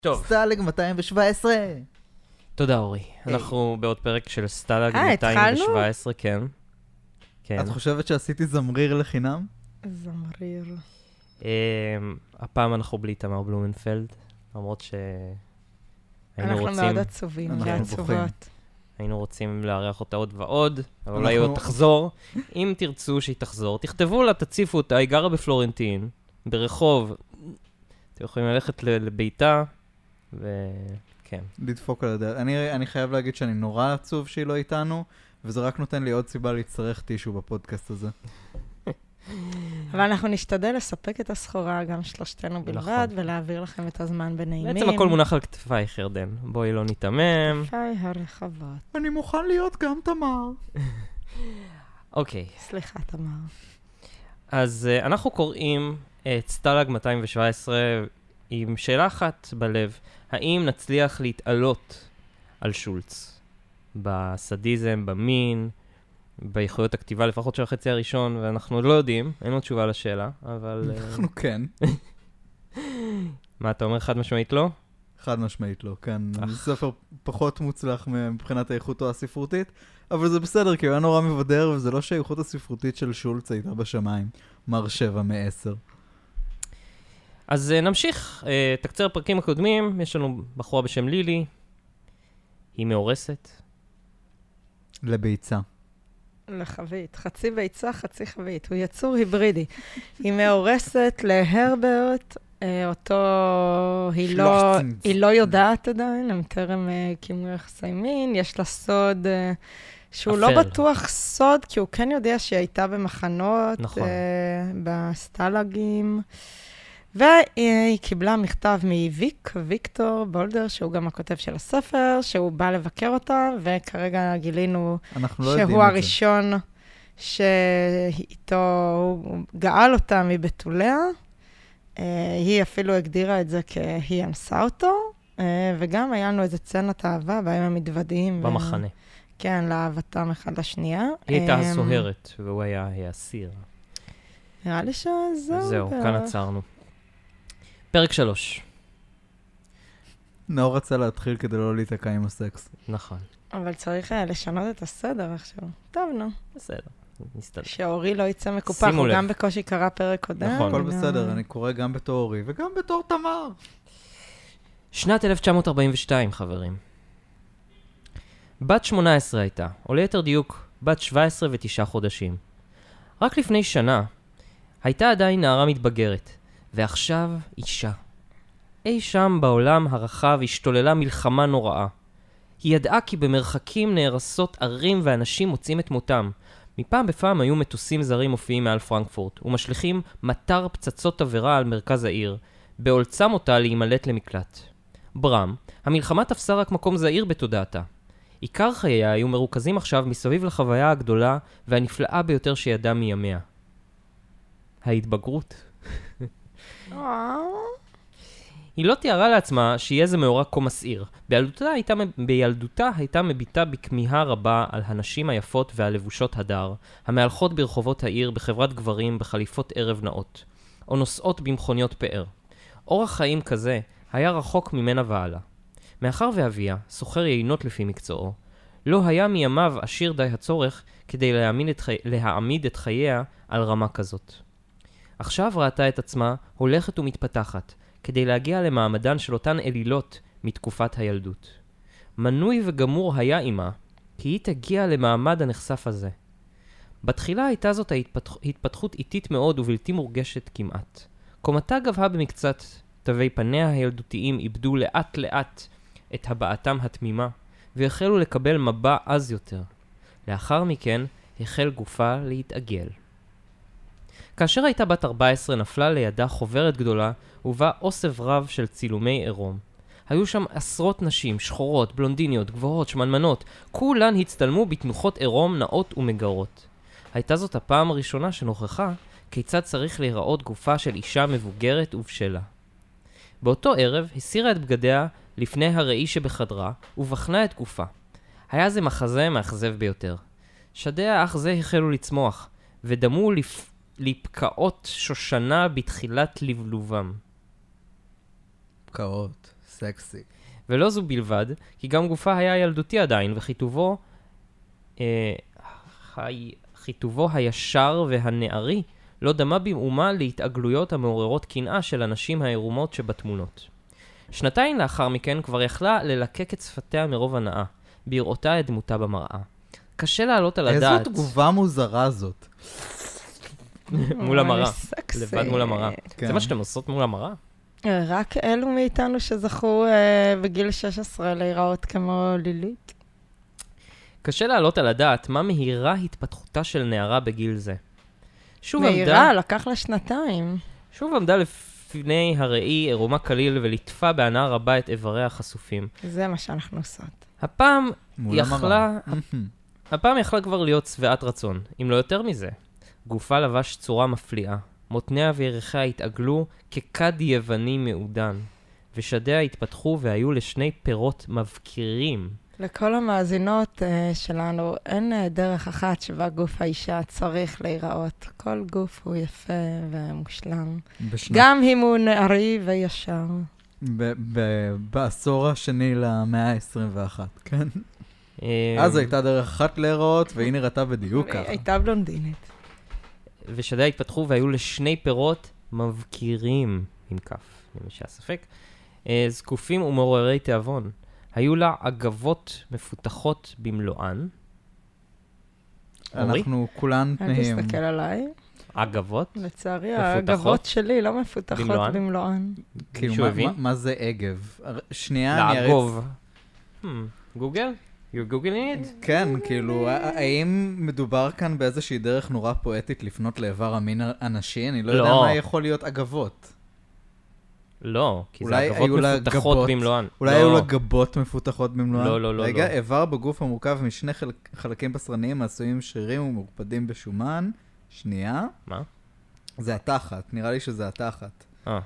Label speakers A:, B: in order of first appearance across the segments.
A: טוב.
B: סטלג 217.
A: תודה אורי. אנחנו בעוד פרק של סטלג 217, כן.
B: את חושבת שעשיתי זמריר לחינם?
C: זמריר.
A: הפעם אנחנו בלי תמר בלומנפלד, למרות שהיינו רוצים...
C: אנחנו מאוד עצובים ועצובות.
A: היינו רוצים לארח אותה עוד ועוד, אבל אולי היא עוד תחזור. אם תרצו שהיא תחזור, תכתבו לה, תציפו אותה, היא גרה בפלורנטין, ברחוב. אתם יכולים ללכת לביתה, וכן.
B: לדפוק על הדרך. אני חייב להגיד שאני נורא עצוב שהיא לא איתנו, וזה רק נותן לי עוד סיבה להצטרך טישו בפודקאסט הזה.
C: אבל אנחנו נשתדל לספק את הסחורה גם שלושתנו בלבד, ולהעביר לכם את הזמן בנעימים.
A: בעצם הכל מונח על כתפייך, ירדן. בואי לא ניתמם.
C: כתפיי הרחבות.
B: אני מוכן להיות גם תמר.
A: אוקיי.
C: סליחה, תמר.
A: אז אנחנו קוראים את סטלג 217 עם שאלה אחת בלב. האם נצליח להתעלות על שולץ? בסדיזם, במין, באיכויות הכתיבה, לפחות של החצי הראשון, ואנחנו לא יודעים, אין עוד תשובה לשאלה, אבל...
B: אנחנו כן.
A: מה, אתה אומר חד משמעית לא?
B: חד משמעית לא, כן. זה ספר פחות מוצלח מבחינת האיכותו הספרותית, אבל זה בסדר, כי הוא היה נורא מבדר, וזה לא שהאיכות הספרותית של שולץ הייתה בשמיים. מר 7 מ-10.
A: אז נמשיך. תקצר הפרקים הקודמים, יש לנו בחורה בשם לילי. היא מאורסת.
B: לביצה.
C: לחבית. חצי ביצה, חצי חבית. הוא יצור היברידי. היא מאורסת להרברט, אותו היא לא יודעת עדיין, הם טרם קיימו יחסי מין. יש לה סוד שהוא לא בטוח סוד, כי הוא כן יודע שהיא הייתה במחנות,
A: נכון.
C: בסטלגים. והיא קיבלה מכתב ויקטור בולדר, שהוא גם הכותב של הספר, שהוא בא לבקר אותה, וכרגע גילינו שהוא הראשון שאיתו הוא גאל אותה מבתוליה. היא אפילו הגדירה את זה כהיא אנסה אותו, וגם היה לנו איזה צנת אהבה, בהם המתוודעים.
A: במחנה.
C: כן, לאהבתם אחד לשנייה.
A: היא הייתה הסוהרת, והוא היה האסיר.
C: נראה לי שזהו.
A: זהו, כאן עצרנו. פרק 3.
B: נאור רצה להתחיל כדי לא להתעקע עם הסקס.
A: נכון.
C: אבל צריך לשנות את הסדר עכשיו. טוב, נו.
A: בסדר, נסתדר.
C: שאורי לא יצא מקופח, הוא גם בקושי קרא פרק קודם.
A: נכון.
B: הכל בסדר, אני קורא גם בתור אורי וגם בתור תמר.
A: שנת 1942, חברים. בת 18 הייתה, או ליתר דיוק, בת 17 ו9 חודשים. רק לפני שנה, הייתה עדיין נערה מתבגרת. ועכשיו אישה. אי שם בעולם הרחב השתוללה מלחמה נוראה. היא ידעה כי במרחקים נהרסות ערים ואנשים מוצאים את מותם. מפעם בפעם היו מטוסים זרים מופיעים מעל פרנקפורט, ומשליכים מטר פצצות תבערה על מרכז העיר, בעולצם אותה להימלט למקלט. ברם, המלחמה תפסה רק מקום זעיר בתודעתה. עיקר חייה היו מרוכזים עכשיו מסביב לחוויה הגדולה והנפלאה ביותר שידעה מימיה. ההתבגרות. היא לא תיארה לעצמה שיהיה זה מאורע כה מסעיר. בילדותה הייתה מביטה בכמיהה רבה על הנשים היפות והלבושות הדר, המהלכות ברחובות העיר בחברת גברים בחליפות ערב נאות, או נוסעות במכוניות פאר. אורח חיים כזה היה רחוק ממנה ועלה. מאחר ואביה, סוחר יינות לפי מקצועו, לא היה מימיו עשיר די הצורך כדי להעמיד את חייה על רמה כזאת. עכשיו ראתה את עצמה הולכת ומתפתחת, כדי להגיע למעמדן של אותן אלילות מתקופת הילדות. מנוי וגמור היה עימה, כי היא תגיע למעמד הנחשף הזה. בתחילה הייתה זאת ההתפתחות איטית מאוד ובלתי מורגשת כמעט. קומתה גבהה במקצת, תווי פניה הילדותיים איבדו לאט לאט את הבעתם התמימה, והחלו לקבל מבע עז יותר. לאחר מכן החל גופה להתעגל. כאשר הייתה בת 14 נפלה לידה חוברת גדולה ובה אוסף רב של צילומי עירום. היו שם עשרות נשים, שחורות, בלונדיניות, גבוהות, שמנמנות, כולן הצטלמו בתנוחות עירום נאות ומגרות. הייתה זאת הפעם הראשונה שנוכחה כיצד צריך להיראות גופה של אישה מבוגרת ובשלה. באותו ערב הסירה את בגדיה לפני הראי שבחדרה ובחנה את גופה. היה זה מחזה מאכזב ביותר. שדי האח זה החלו לצמוח ודמו לפקעות שושנה בתחילת לבלובם.
B: פקעות. סקסי.
A: ולא זו בלבד, כי גם גופה היה ילדותי עדיין, חיטובו הישר והנערי לא דמה במאומה להתעגלויות המעוררות קנאה של הנשים העירומות שבתמונות. שנתיים לאחר מכן כבר יכלה ללקק את שפתיה מרוב הנאה, בראותה את דמותה במראה. קשה לעלות על הדעת.
B: איזו תגובה מוזרה זאת.
A: מול המראה. לבד מול המראה. זה מה שאתם עושות מול המראה?
C: רק אלו מאיתנו שזכו בגיל 16 להיראות כמו לילית.
A: קשה לעלות על הדעת מה מהירה התפתחותה של נערה בגיל זה.
C: מהירה, לקח לה שנתיים.
A: שוב עמדה לפני הראי עירומה כליל ולטפה בהנאה רבה את איבריה החשופים.
C: זה מה שאנחנו עושות.
A: הפעם יכלה כבר להיות שבעת רצון, אם לא יותר מזה. גופה לבש צורה מפליאה. מותניה וירכיה התעגלו ככד יווני מעודן, ושדיה התפתחו והיו לשני פירות מבקירים.
C: לכל המאזינות שלנו אין דרך אחת שבה גוף האישה צריך להיראות. כל גוף הוא יפה ומושלם. גם אם הוא נערי וישר.
B: בעשור השני למאה ה-21, כן? אז הייתה דרך אחת להיראות, והיא נראתה בדיוק ככה.
C: הייתה בלונדינית.
A: ושדיה התפתחו והיו לשני פירות מבקירים, עם כף, למי שהספק, זקופים ומעוררי תיאבון. היו לה אגבות מפותחות במלואן.
B: אנחנו כולן תנאים.
C: אל תסתכל עליי.
A: אגבות?
C: לצערי, האגבות שלי לא מפותחות במלואן.
A: מישהו הבין?
B: מה זה אגב? שנייה,
A: לאגוב. גוגל? You're googling it?
B: כן, כאילו, האם מדובר כאן באיזושהי דרך נורא פואטית לפנות לאיבר המין הנשי? אני לא יודע מה יכול להיות אגבות.
A: לא, כי זה אגבות מפותחות במלואן.
B: אולי היו לה גבות מפותחות במלואן?
A: לא.
B: רגע, איבר בגוף המורכב משני חלקים בשרניים העשויים שרירים ומורפדים בשומן. שנייה.
A: מה?
B: זה התחת, נראה לי שזה התחת.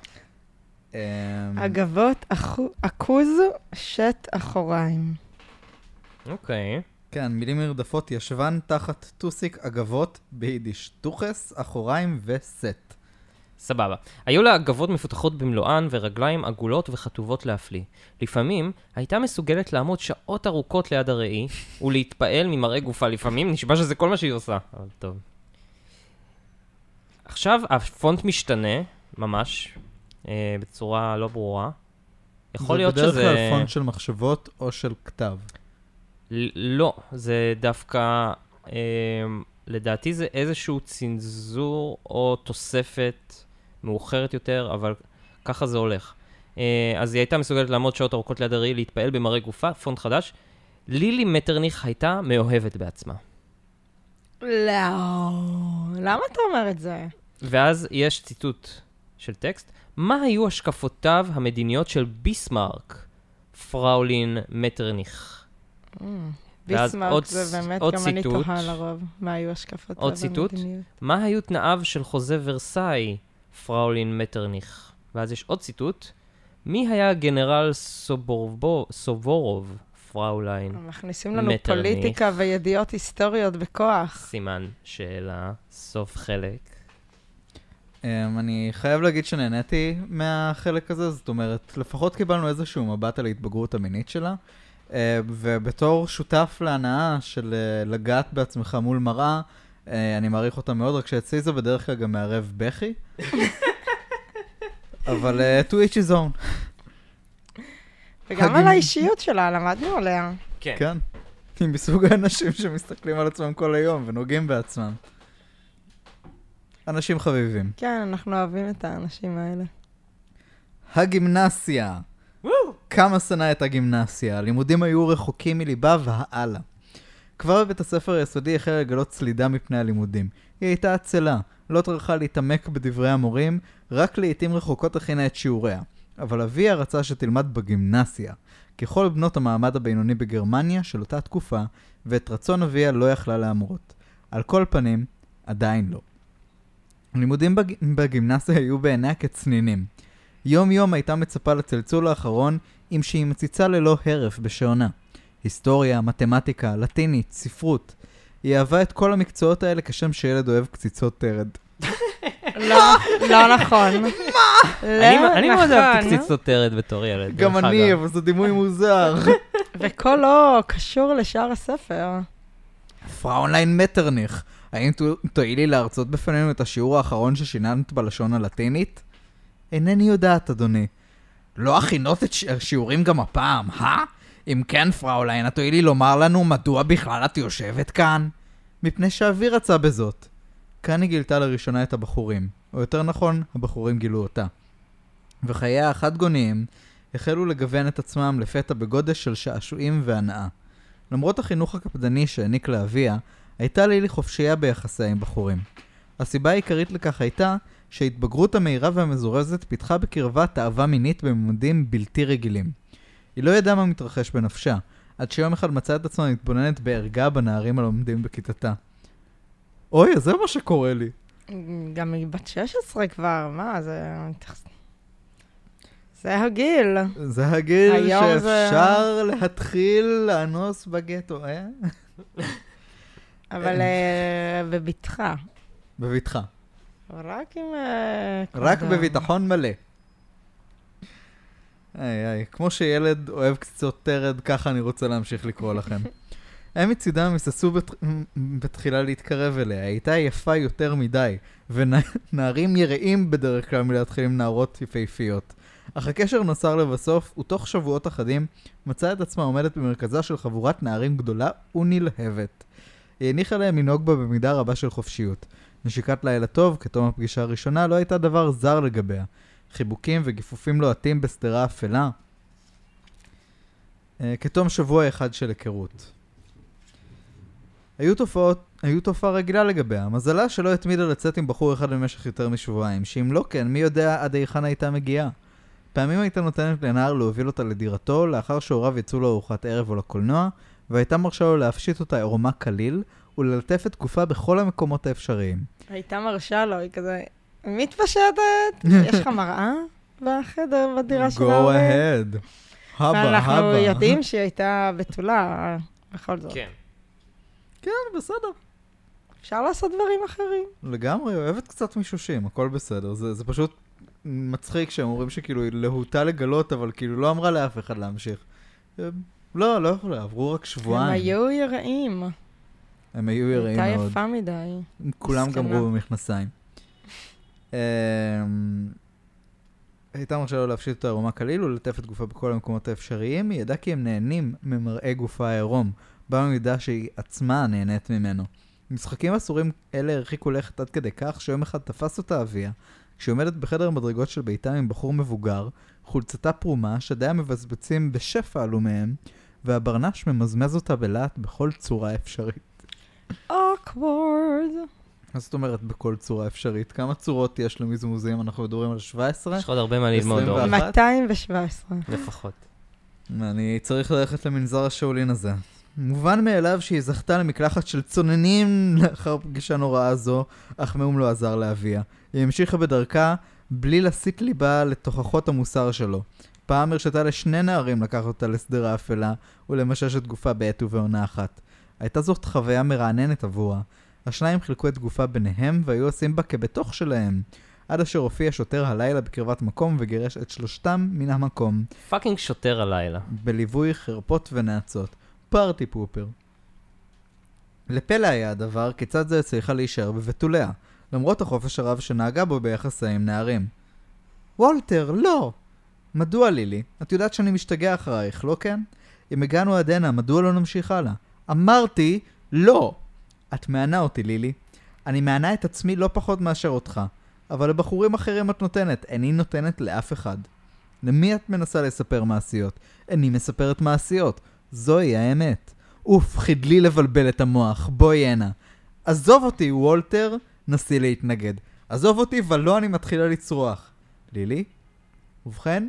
C: אגבות עכוז שט אחוריים.
A: אוקיי.
B: כן, מילים מרדפות ישבן תחת טוסיק אגבות ביידיש. טוחס, אחוריים וסט.
A: סבבה. היו לה אגבות מפותחות במלואן ורגליים עגולות וחטובות להפליא. לפעמים הייתה מסוגלת לעמוד שעות ארוכות ליד הראי ולהתפעל ממראה גופה. לפעמים נשבע שזה כל מה שהיא עושה. אבל טוב. עכשיו הפונט משתנה, ממש, בצורה לא ברורה. יכול להיות שזה...
B: זה בדרך כלל פונט של מחשבות או של כתב.
A: לא, זה דווקא, לדעתי זה איזשהו צנזור או תוספת מאוחרת יותר, אבל ככה זה הולך. אז היא הייתה מסוגלת לעמוד שעות ארוכות ליד הראי, להתפעל במראה גופה, פונט חדש. לילי מטרניך הייתה מאוהבת בעצמה.
C: לא, למה אתה אומר את זה?
A: ואז יש ציטוט של טקסט. מה היו השקפותיו המדיניות של ביסמרק, פראולין מטרניך?
C: ביסמרק זה באמת גם אני תוהה לרוב. מה היו השקפותיו
A: עוד ציטוט. מה היו תנאיו של חוזה ורסאי, פראולין מטרניך? ואז יש עוד ציטוט. מי היה גנרל סובורוב, פראוליין מטרניך?
C: מכניסים לנו פוליטיקה וידיעות היסטוריות בכוח.
A: סימן שאלה, סוף חלק.
B: אני חייב להגיד שנהניתי מהחלק הזה, זאת אומרת, לפחות קיבלנו איזשהו מבט על ההתבגרות המינית שלה, ובתור שותף להנאה של לגעת בעצמך מול מראה, אני מעריך אותה מאוד, רק שאצלי זה בדרך כלל גם מערב בכי. אבל to each his own.
C: וגם על האישיות שלה, למדנו עליה.
B: כן. היא מסוג האנשים שמסתכלים על עצמם כל היום ונוגעים בעצמם. אנשים חביבים.
C: כן, אנחנו אוהבים את האנשים האלה.
B: הגימנסיה. כמה שנה את הגימנסיה. הלימודים היו רחוקים מליבה והאלה. כבר בבית הספר היסודי החלה לגלות סלידה מפני הלימודים. היא הייתה עצלה, לא טרחה להתעמק בדברי המורים, רק לעתים רחוקות הכינה את שיעוריה. אבל אביה רצה שתלמד בגימנסיה. ככל בנות המעמד הבינוני בגרמניה של אותה תקופה, ואת רצון אביה לא יכלה להמרות. על כל פנים, עדיין לא. הלימודים בגימנסיה היו בעיניה כצנינים. יום יום הייתה מצפה לצלצול האחרון עם שהיא מציצה ללא הרף בשעונה. היסטוריה, מתמטיקה, לטינית, ספרות. היא אהבה את כל המקצועות האלה כשם שילד אוהב קציצות תרד.
C: לא נכון. מה?
A: אני מאוד אהבתי קציצות טרד בתור ילד.
B: גם אני, אבל זה דימוי מוזר.
C: וכל לא קשור לשאר הספר.
B: פראוליין מטרניך, האם תואילי להרצות בפנינו את השיעור האחרון ששיננת בלשון הלטינית? אינני יודעת, אדוני. לא הכינות את השיעורים גם הפעם, אם כן, פראוליין, תואילי לומר לנו מדוע בכלל את יושבת כאן? מפני שאבי רצה בזאת. כאן היא גילתה לראשונה את הבחורים, או יותר נכון, הבחורים גילו אותה. וחייה החד גוניים החלו לגוון את עצמם לפתע בגודש של שעשועים והנאה. למרות החינוך הקפדני שהעניק לאביה, הייתה לילי חופשייה ביחסיה עם בחורים. הסיבה העיקרית לכך הייתה שההתבגרות המהירה והמזורזת פיתחה בקרבה תאווה מינית בממדים בלתי רגילים. היא לא ידעה מה מתרחש בנפשה, עד שיום אחד מצאה את עצמה מתבוננת בערגה בנערים הלומדים בכיתתה. אוי, זה מה שקורה לי.
C: גם היא בת 16 כבר, מה, זה הגיל.
B: זה הגיל שאפשר להתחיל לאנוס בגטו,
C: אבל בביטחה.
B: בביטחה.
C: רק עם...
B: רק בביטחון מלא. כמו שילד אוהב קציצות טרד, ככה אני רוצה להמשיך לקרוא לכם. הם מצידם היססו בתחילה להתקרב אליה. הייתה יפה יותר מדי, ונערים יראים בדרך כלל מלהתחיל עם נערות יפהפיות. אך הקשר נוצר לבסוף, ותוך שבועות אחדים מצאה את עצמה עומדת במרכזה של חבורת נערים גדולה ונלהבת. היא הניחה להם לנהוג בה במידה רבה של חופשיות. נשיקת לילה טוב, כתום הפגישה הראשונה, לא הייתה דבר זר לגביה. חיבוקים וגיפופים לוהטים בסדרה אפלה. כתום שבוע אחד של היכרות. היו תופעה רגילה לגביה. מזלה שלא התמידה לצאת עם בחור אחד במשך יותר משבועיים, שאם לא כן, מי יודע עד היכן הייתה מגיעה. פעמים הייתה נותנת לנער להוביל אותה לדירתו, לאחר שהוריו יצאו לארוחת ערב או לקולנוע, והייתה מרשה לו להפשיט אותה עירומה כליל, וללטף את גופה בכל המקומות האפשריים.
C: הייתה מרשה לו, היא כזה, מתפשטת, יש לך מראה בחדר, בדירה של ההורים?
B: Go ahead. הבה.
C: אנחנו יודעים שהיא הייתה בתולה, בכל זאת.
A: כן.
B: כן, בסדר.
C: אפשר לעשות דברים אחרים.
B: לגמרי, אוהבת קצת מישושים, הכל בסדר. זה פשוט מצחיק שהם אומרים שכאילו היא להוטה לגלות, אבל כאילו לא אמרה לאף אחד להמשיך. לא יכולה, עברו רק שבועיים.
C: הם היו יראים.
B: הם היו יראים מאוד.
C: הייתה יפה מדי.
B: כולם גמרו במכנסיים. הייתה מרשה לו להפשיט אותו עירומה כליל ולטף את גופה בכל המקומות האפשריים. היא ידעה כי הם נהנים ממראה גופה העירום, במידה שהיא עצמה נהנית ממנו. משחקים אסורים אלה הרחיקו לכת עד כדי כך שיום אחד תפס אותה אביה, כשהיא עומדת בחדר המדרגות של ביתה עם בחור מבוגר, חולצתה פרומה, שדיה מבזבצים בשפע עלו מהם, והברנש ממזמז אותה בלהט בכל צורה אפשרית.
C: Awkward.
B: מה זאת אומרת בכל צורה אפשרית? כמה צורות יש למזמוזים? אנחנו מדברים על 17?
A: יש עוד הרבה מה ללמוד.
C: 217.
A: לפחות.
B: אני צריך ללכת למנזר השאולין הזה. מובן מאליו שהיא זכתה למקלחת של צוננים לאחר פגישה נוראה זו, אך מאום לא עזר לאביה. היא המשיכה בדרכה בלי להסיט ליבה לתוכחות המוסר שלו. פעם הרשתה לשני נערים לקחת אותה לסדרה אפלה ולמשש את גופה בעת ובעונה אחת. הייתה זאת חוויה מרעננת עבורה. השניים חילקו את גופה ביניהם והיו עושים בה כבתוך שלהם, עד אשר הופיע שוטר הלילה בקרבת מקום וגירש את שלושתם מן המקום.
A: פאקינג שוטר הלילה.
B: בליווי חרפות ונאצות. פארטי פופר. לפלא היה הדבר כיצד זה הצליחה להישאר בבתוליה, למרות החופש הרב שנהגה בו ביחסה עם נערים. וולטר, לא! מדוע לילי? את יודעת שאני משתגע אחרייך, לא כן? אם הגענו עד הנה, מדוע לא נמשיך הלאה? אמרתי, לא! את מענה אותי, לילי. אני מענה את עצמי לא פחות מאשר אותך, אבל לבחורים אחרים את נותנת, איני נותנת לאף אחד. למי את מנסה לספר מעשיות? איני מספרת מעשיות. זוהי האמת. אוף, חידלי לבלבל את המוח, בואי הנה. עזוב אותי, וולטר, נסי להתנגד. עזוב אותי, ולא אני מתחילה לצרוח. לילי? ובכן?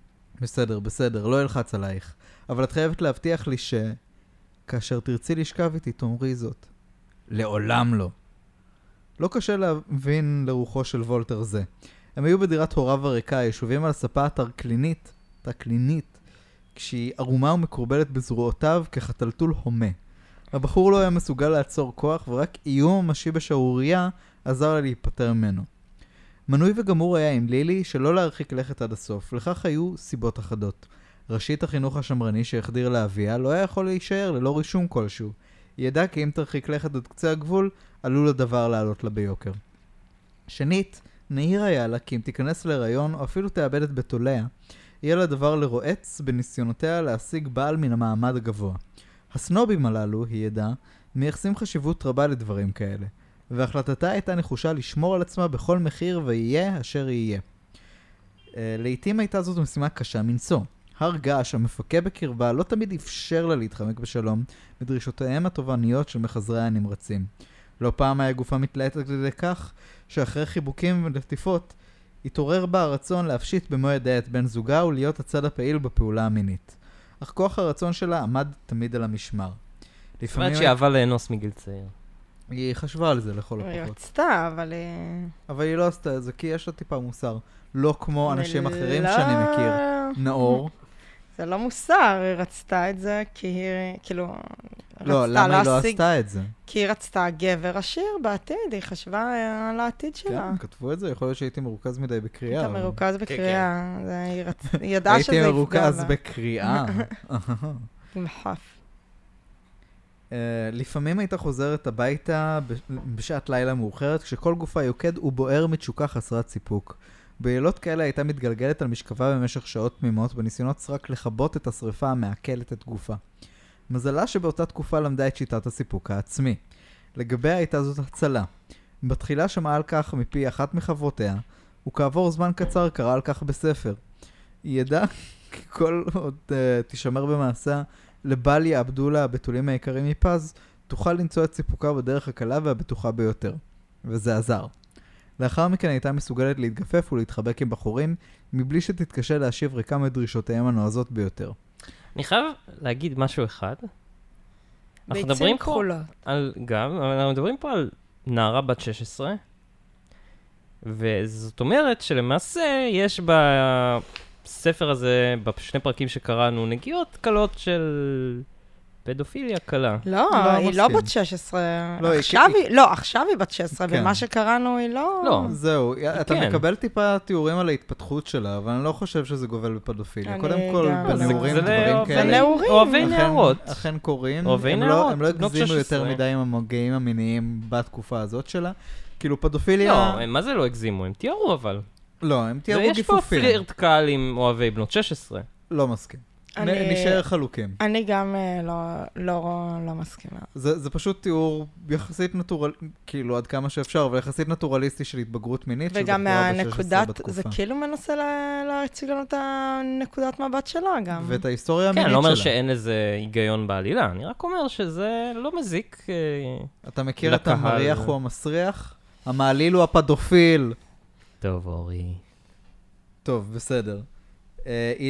B: בסדר, לא אלחץ עלייך. אבל את חייבת להבטיח לי כאשר תרצי לשכב איתי, תאמרי זאת. לעולם לא. לא קשה להבין לרוחו של וולטר זה. הם היו בדירת הוריו הריקה, ישובים על הספה התקלינית, כשהיא ערומה ומקורבלת בזרועותיו כחתלתול הומה. הבחור לא היה מסוגל לעצור כוח, ורק איום ממשי בשעוריה עזר לה להיפטר ממנו. מנוי וגמור היה עם לילי שלא להרחיק לכת עד הסוף, לכך היו סיבות אחדות. ראשית החינוך השמרני שהחדיר לאביה לא היה יכול להישאר ללא רישום כלשהו. היא ידעה כי אם תרחיק לכת עד קצה הגבול, עלול הדבר לעלות לה ביוקר. שנית, נהיר היה לה כי אם תיכנס להיריון או אפילו תאבד את בתוליה, יהיה לה דבר לרועץ בניסיונותיה להשיג בעל מן המעמד הגבוה. הסנובים הללו, היא ידעה, מייחסים חשיבות רבה לדברים כאלה, והחלטתה הייתה נחושה לשמור על עצמה בכל מחיר ויהיה אשר יהיה. לעתים הייתה זאת משימה קשה מנשוא. הר געש המפקה בקרבה לא תמיד אפשר לה להתחמק בשלום בדרישותיהם התובעניות של מחזרי הנמרצים. לא פעם היה גופה מתלהטת כדי כך שאחרי חיבוקים ולטיפות התעורר בה הרצון להפשיט במו ידיה את בן זוגה ולהיות הצד הפעיל בפעולה המינית. אך כוח הרצון שלה עמד תמיד על המשמר.
A: זאת אומרת שהיא אהבה לאנוס מגיל צעיר.
B: היא חשבה על זה לכל הפחות.
C: היא רצתה, אבל...
B: אבל היא לא עשתה את זה, כי יש לה טיפה מוסר. לא כמו אנשים אחרים שאני מכיר. נאור.
C: זה לא מוסר, היא רצתה את זה, כי היא, כאילו...
B: לא, למה היא לא עשתה את זה?
C: כי היא רצתה גבר עשיר בעתיד, היא חשבה על העתיד שלה.
B: כן, כתבו את זה, יכול להיות שהייתי מרוכז מדי בקריאה.
C: היית מרוכז בקריאה, היא ידעה שזה יפגע לה.
B: הייתי מרוכז בקריאה.
C: עם חף.
B: לפעמים הייתה חוזרת הביתה בשעת לילה מאוחרת, כשכל גופה יוקד ובוער מתשוקה חסרת סיפוק. בלילות כאלה הייתה מתגלגלת על משכבה במשך שעות תמימות, בניסיונות סרק לכבות את השריפה המעכלת את גופה. מזלה שבאותה תקופה למדה את שיטת הסיפוק העצמי. לגביה הייתה זאת הצלה. בתחילה שמעה על כך מפי אחת מחברותיה, וכעבור זמן קצר קרא על כך בספר. היא ידעה כי כל עוד תשמר במעשה לבל יעבדו לה הבתולים היקרים מפז, תוכל למצוא את סיפוקה בדרך הקלה והבטוחה ביותר. וזה עזר. לאחר מכן הייתה מסוגלת להתגפף ולהתחבק עם בחורים, מבלי שתתקשה להשיב ריקה מדרישותיהם הנועזות ביותר.
A: אני חייב להגיד משהו אחד.
C: ביצים כחולות.
A: אנחנו מדברים פה על נערה בת 16, וזאת אומרת שלמעשה יש בספר הזה, בשני פרקים שקראנו, נגיעות קלות של פדופיליה קלה.
C: לא, היא לא בת 16. עכשיו היא בת 16, ומה שקראנו היא לא...
A: לא.
B: זהו, אתה מקבל טיפה תיאורים על ההתפתחות שלה, אבל אני לא חושב שזה גובל בפדופיליה. קודם כל, בנעורים דברים כאלה.
A: אוהבי נערות.
B: אכן קוראים.
A: אוהבי נערות.
B: הם לא הגזימו יותר מדי עם המגעים המיניים בתקופה הזאת שלה. כאילו פדופיליה...
A: לא, מה זה לא הגזימו? הם תיארו אבל.
B: לא, הם תיארו גיפופים.
A: ויש פה פלירט קל עם אוהבי בנות 16.
B: לא מסכים. נשאר חלוקים.
C: אני גם לא מסכימה.
B: זה פשוט תיאור יחסית כאילו עד כמה שאפשר, אבל יחסית נטורליסטי של התבגרות מינית.
C: וגם מהנקודת, זה כאילו מנסה להציג לנו את הנקודת מבט שלה גם.
B: ואת ההיסטוריה המינית שלה.
A: כן, לא אומר שאין איזה היגיון בעלילה, אני רק אומר שזה לא מזיק לקהל.
B: אתה מכיר את המריח הוא המסריח? המעליל הוא הפדופיל.
A: טוב, אורי.
B: טוב, בסדר. היא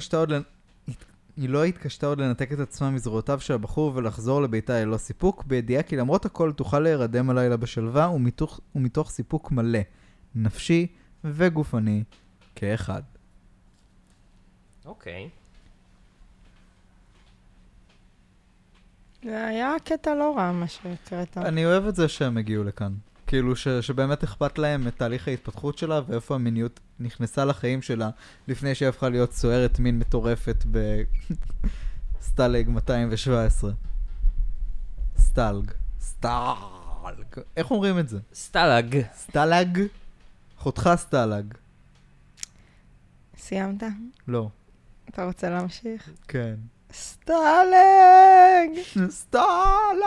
B: לא התקשתה עוד לנתק את עצמה מזרועותיו של הבחור ולחזור לביתה ללא סיפוק, בידיעה כי למרות הכל תוכל להירדם הלילה בשלווה ומתוך סיפוק מלא, נפשי וגופני כאחד.
A: אוקיי.
C: זה היה קטע לא רע מה שקראת.
B: אני אוהב את זה שהם הגיעו לכאן. כאילו שבאמת אכפת להם את תהליך ההתפתחות שלה ואיפה המיניות נכנסה לחיים שלה לפני שהיא הפכה להיות סוערת מין מטורפת בסטלג 217. סטלג. איך אומרים את זה?
A: סטלג.
B: סטלג? חותך סטלג.
C: סיימת?
B: לא.
C: אתה רוצה להמשיך?
B: כן.
C: סטלג!
B: סטלג!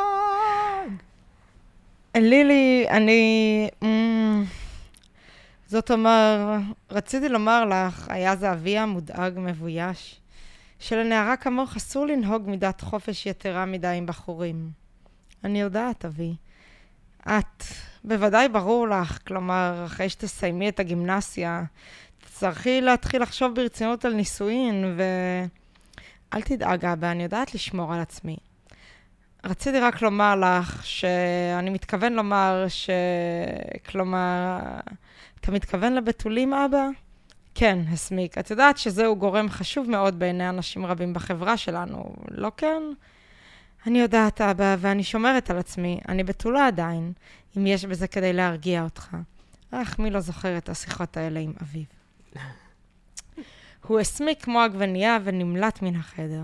C: לילי, זאת אומר, רציתי לומר לך, היה זה אביה מודאג מבויש, שלנערה כמוך אסור לנהוג מידת חופש יתרה מדי עם בחורים. אני יודעת, אבי. את, בוודאי ברור לך, כלומר, אחרי שתסיימי את הגימנסיה, תצטרכי להתחיל לחשוב ברצינות על נישואין, אל תדאג, אבא, אני יודעת לשמור על עצמי. רציתי רק לומר לך שאני מתכוון לומר כלומר, אתה מתכוון לבתולים, אבא? כן, הסמיק. את יודעת שזהו גורם חשוב מאוד בעיני אנשים רבים בחברה שלנו, לא כן? אני יודעת, אבא, ואני שומרת על עצמי. אני בתולה עדיין, אם יש בזה כדי להרגיע אותך. מי לא זוכר את השיחות האלה עם אביו? הוא הסמיק כמו עגבנייה ונמלט מן החדר.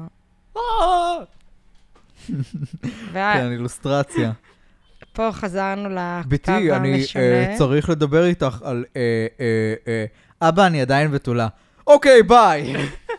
B: כן, אילוסטרציה.
C: פה חזרנו לכתב
B: ביתי, אני צריך לדבר איתך על... אבא, אני עדיין בתולה. אוקיי, ביי.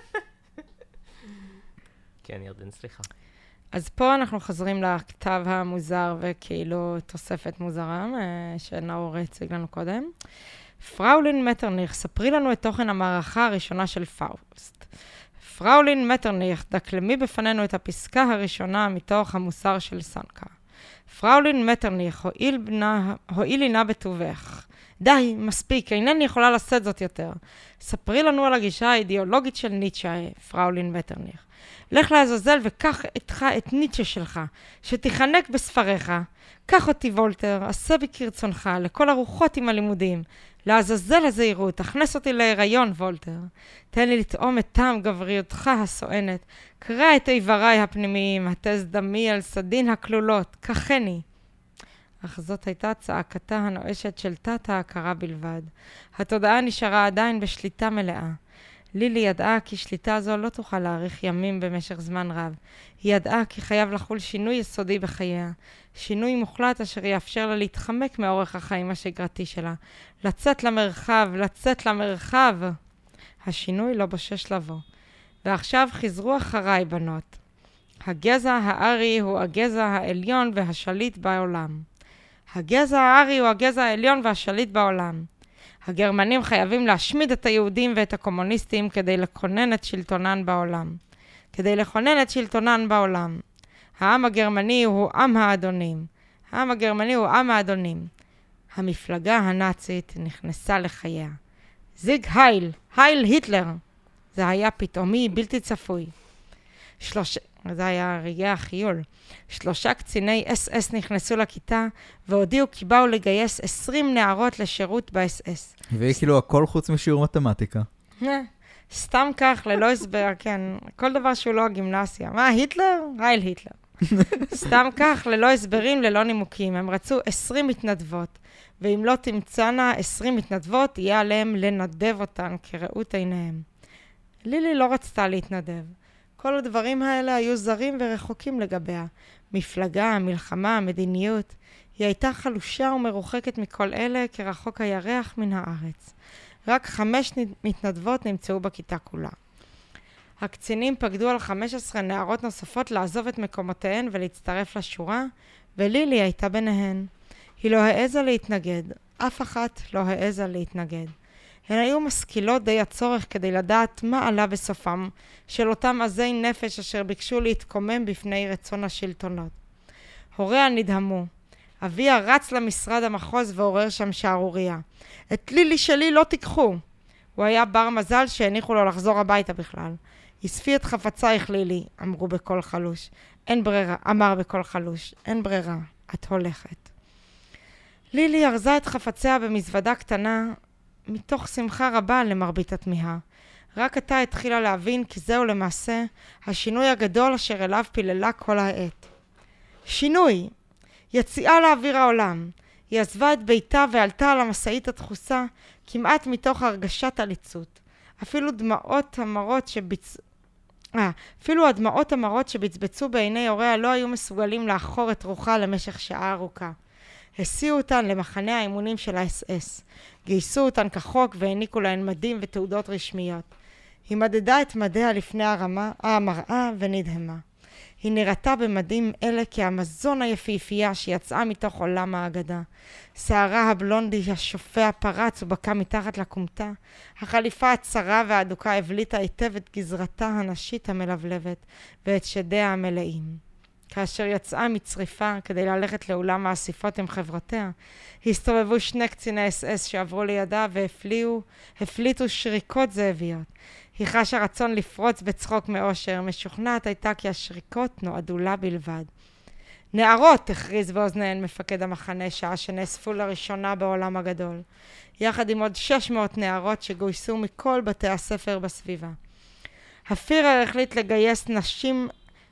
A: כן, ירדן, סליחה.
C: אז פה אנחנו חוזרים לכתב המוזר וכאילו תוספת מוזרה שנאור הציג לנו קודם. פראולין מטרניך, ספרי לנו את תוכן המערכה הראשונה של פאוסט. פראולין מטרניך, דקלמי בפנינו את הפסקה הראשונה מתוך המוסר של סנקה. פראולין מטרניך, הואילי נא בטובך. די, מספיק, אינני יכולה לשאת זאת יותר. ספרי לנו על הגישה האידיאולוגית של ניטשה, פראולין מטרניך. לך לעזאזל וקח איתך את ניטשה שלך, שתיחנק בספריך. קח אותי וולטר, עשה בי כרצונך, לכל הרוחות עם הלימודים. לעזאזל הזהירות, תכנס אותי להיריון וולטר. תן לי לטעום את טעם גבריותך הסואנת. קרא את איבריי הפנימיים, התז דמי על סדין הכלולות, קחני. אך זאת הייתה צעקתה הנואשת של תת ההכרה בלבד. התודעה נשארה עדיין בשליטה מלאה. לילי ידעה כי שליטה זו לא תוכל להאריך ימים במשך זמן רב. היא ידעה כי חייב לחול שינוי יסודי בחייה. שינוי מוחלט אשר יאפשר לה להתחמק מאורך החיים השגרתי שלה. לצאת למרחב. השינוי לא בושש לבוא. ועכשיו חזרו אחריי בנות. הגזע הארי הוא הגזע העליון והשליט בעולם. הגזע הארי הוא הגזע העליון והשליט בעולם. הגרמנים חייבים להשמיד את היהודים ואת הקומוניסטים כדי לכונן את שלטונן בעולם. העם הגרמני הוא עם האדונים. המפלגה הנאצית נכנסה לחייה. זיג הייל היטלר. זה היה פתאומי בלתי צפוי. זה היה רגעי החיול. 3 קציני SS נכנסו לכיתה והודיעו כי באו לגייס 20 נערות לשירות ב-SS.
B: והיא כאילו הכל חוץ משיעור מתמטיקה.
C: סתם כך, ללא הסבר, כן. כל דבר שהוא לא הגימנסיה. מה, היטלר? הייל היטלר. סתם כך, ללא הסברים, ללא נימוקים. הם רצו 20 מתנדבות, ואם לא תמצאנה 20 מתנדבות, יהיה עליהם לנדב אותן כראות עיניהם. לילי לא רצתה להתנדב. כל הדברים האלה היו זרים ורחוקים לגביה. מפלגה, מלחמה, מדיניות. היא הייתה חלושה ומרוחקת מכל אלה כרחוק הירח מן הארץ. רק 5 מתנדבות נמצאו בכיתה כולה. הקצינים פקדו על 15 נערות נוספות לעזוב את מקומותיהן ולהצטרף לשורה, ולילי הייתה ביניהן. היא לא העזה להתנגד. אף אחת לא העזה להתנגד. הן היו משכילות די הצורך כדי לדעת מה עלה בסופם של אותם עזי נפש אשר ביקשו להתקומם בפני רצון השלטונות. הוריה נדהמו. אביה רץ למשרד המחוז ועורר שם שערוריה. את לילי שלי לא תיקחו. הוא היה בר מזל שהניחו לו לחזור הביתה בכלל. הספי את חפצייך לילי, אמרו בקול חלוש. אמר בקול חלוש. אין ברירה, את הולכת. לילי ארזה את חפציה במזוודה קטנה, מתוך שמחה רבה למרבית התמיהה. רק עתה התחילה להבין כי זהו למעשה השינוי הגדול אשר אליו פיללה כל העת. שינוי! יציאה לאוויר העולם. היא עזבה את ביתה ועלתה על המשאית הדחוסה כמעט מתוך הרגשת עליצות. אפילו הדמעות המרות שבצבצו בעיני הוריה לא היו מסוגלים לאחור את רוחה למשך שעה ארוכה. הסיעו אותן למחנה האימונים של ה-SS. גייסו אותן כחוק והעניקו להן מדים ותעודות רשמיות. היא מדדה את מדיה לפני המראה ונדהמה. היא נראתה במדים אלה כהמזון היפיפייה שיצאה מתוך עולם האגדה. שערה הבלונדי השופע פרץ ובקע מתחת לקומתה. החליפה הצרה והאדוקה הבליטה היטב את גזרתה הנשית המלבלבת ואת שדיה המלאים. כאשר יצאה מצריפה כדי ללכת לאולם האסיפות עם חברותיה, הסתובבו 2 קציני SS שעברו לידה והפליטו שריקות זאביות. היא חשה רצון לפרוץ בצחוק מאושר, משוכנעת הייתה כי השריקות נועדו לה בלבד. נערות, הכריז באוזניהן מפקד המחנה שעה שנאספו לראשונה בעולם הגדול, יחד עם עוד 600 נערות שגויסו מכל בתי הספר בסביבה. הפירר החליט לגייס נשים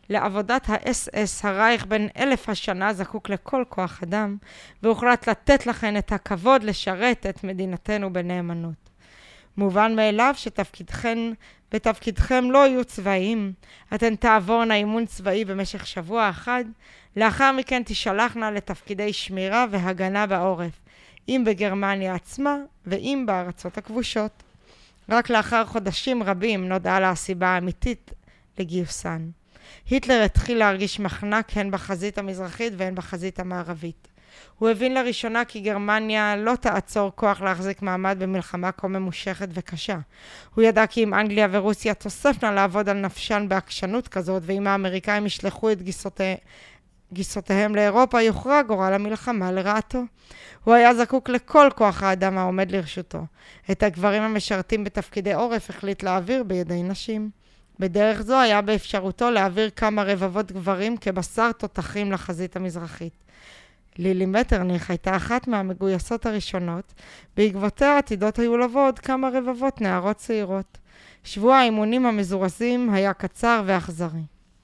C: לעבודת ה-SS, הרייך בן 1000 השנה זקוק לכל כוח אדם, והוחלט לתת לכן את הכבוד לשרת את מדינתנו בנאמנות. מובן מאליו בתפקידכם לא יהיו צבאיים. אתן תעבורנה אימון צבאי במשך שבוע אחד, לאחר מכן תשלחנה לתפקידי שמירה והגנה בעורף, אם בגרמניה עצמה ואם בארצות הכבושות. רק לאחר חודשים רבים נודעה לה הסיבה האמיתית לגיוסן. היטלר התחיל להרגיש מחנק הן בחזית המזרחית והן בחזית המערבית. הוא הבין לראשונה כי גרמניה לא תעצור כוח להחזיק מעמד במלחמה כה ממושכת וקשה. הוא ידע כי אם אנגליה ורוסיה תוספנה לעבוד על נפשן בעקשנות כזאת, ואם האמריקאים ישלחו את גיסותיהם לאירופה, יוכרע גורל המלחמה לרעתו. הוא היה זקוק לכל כוח האדם העומד לרשותו. את הגברים המשרתים בתפקידי עורף החליט להעביר בידי נשים. בדרך זו היה באפשרותו להעביר כמה רבבות גברים כבשר תותחים לחזית המזרחית. לילי מטרניך הייתה אחת מהמגויסות הראשונות, בעקבותיה עתידות היו לבוא עוד כמה רבבות נערות צעירות. שבוע האימונים המזורזים היה קצר ואכזרי.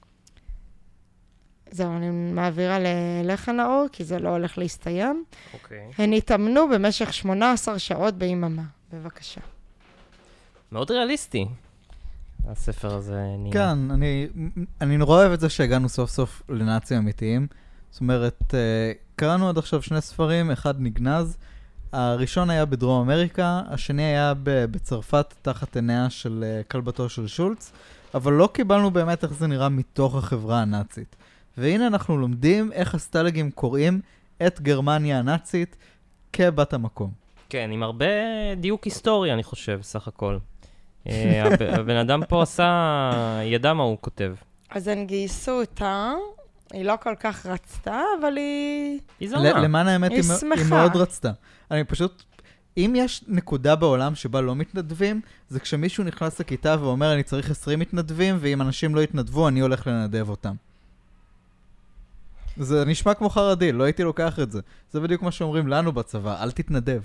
C: זהו, אני מעבירה אליך נאור, כי זה לא הולך להסתיים.
A: אוקיי.
C: הן התאמנו במשך 18 שעות ביממה. בבקשה.
A: מאוד ריאליסטי. הספר הזה נהיה.
B: כן, אני נורא אוהב את זה שהגענו סוף סוף לנאצים אמיתיים. זאת אומרת, קראנו עד עכשיו 2 ספרים, אחד נגנז. הראשון היה בדרום אמריקה, השני היה בצרפת תחת עיניה של כלבתו של שולץ, אבל לא קיבלנו באמת איך זה נראה מתוך החברה הנאצית. והנה אנחנו לומדים איך הסטלגים קוראים את גרמניה הנאצית כבת המקום.
A: כן, עם הרבה דיוק היסטורי, אני חושב, סך הכל. הבן אדם פה ידע מה הוא כותב.
C: אז הם גייסו אותה, היא לא כל כך רצתה, אבל היא
A: זונה.
B: למען האמת
C: היא
B: היא מאוד רצתה. אני פשוט, אם יש נקודה בעולם שבה לא מתנדבים, זה כשמישהו נכנס לכיתה ואומר, אני צריך 20 מתנדבים, ואם אנשים לא יתנדבו, אני הולך לנדב אותם. זה נשמע כמו חרדי, לא הייתי לוקח את זה. זה בדיוק מה שאומרים לנו בצבא, אל תתנדב.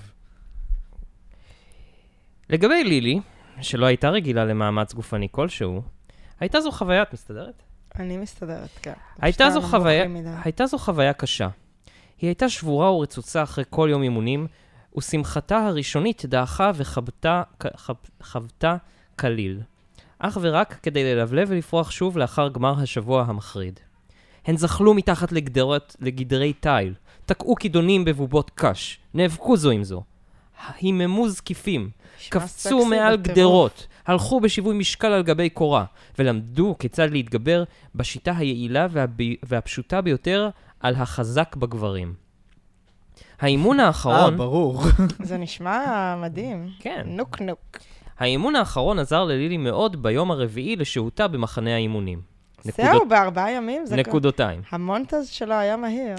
A: לגבי לילי, שלא הייתה רגילה למאמץ גופני כלשהו, הייתה זו חוויה, את מסתדרת?
C: אני מסתדרת, כן.
A: הייתה זו חוויה קשה. היא הייתה שבורה ורצוצה אחרי כל יום אימונים, ושמחתה הראשונית דעכה וחוותה כליל. אך ורק כדי ללבלב ולפרוח שוב לאחר גמר השבוע המחריד. הן זחלו מתחת לגדרי תיל, תקעו כידונים בבובות קש, נאבקו זו עם זו. היממו זקיפים, קפצו מעל גדרות, הלכו בשיווי משקל על גבי קורה, ולמדו כיצד להתגבר בשיטה היעילה והפשוטה ביותר על החזק בגברים. האימון האחרון...
B: ברור.
C: זה נשמע מדהים.
A: כן.
C: נוק נוק.
A: האימון האחרון עזר ללילי מאוד ביום הרביעי לשהותה במחנה האימונים.
C: זהו, ב4 ימים?
A: נקודותיים.
C: המונטז שלו היה מהיר.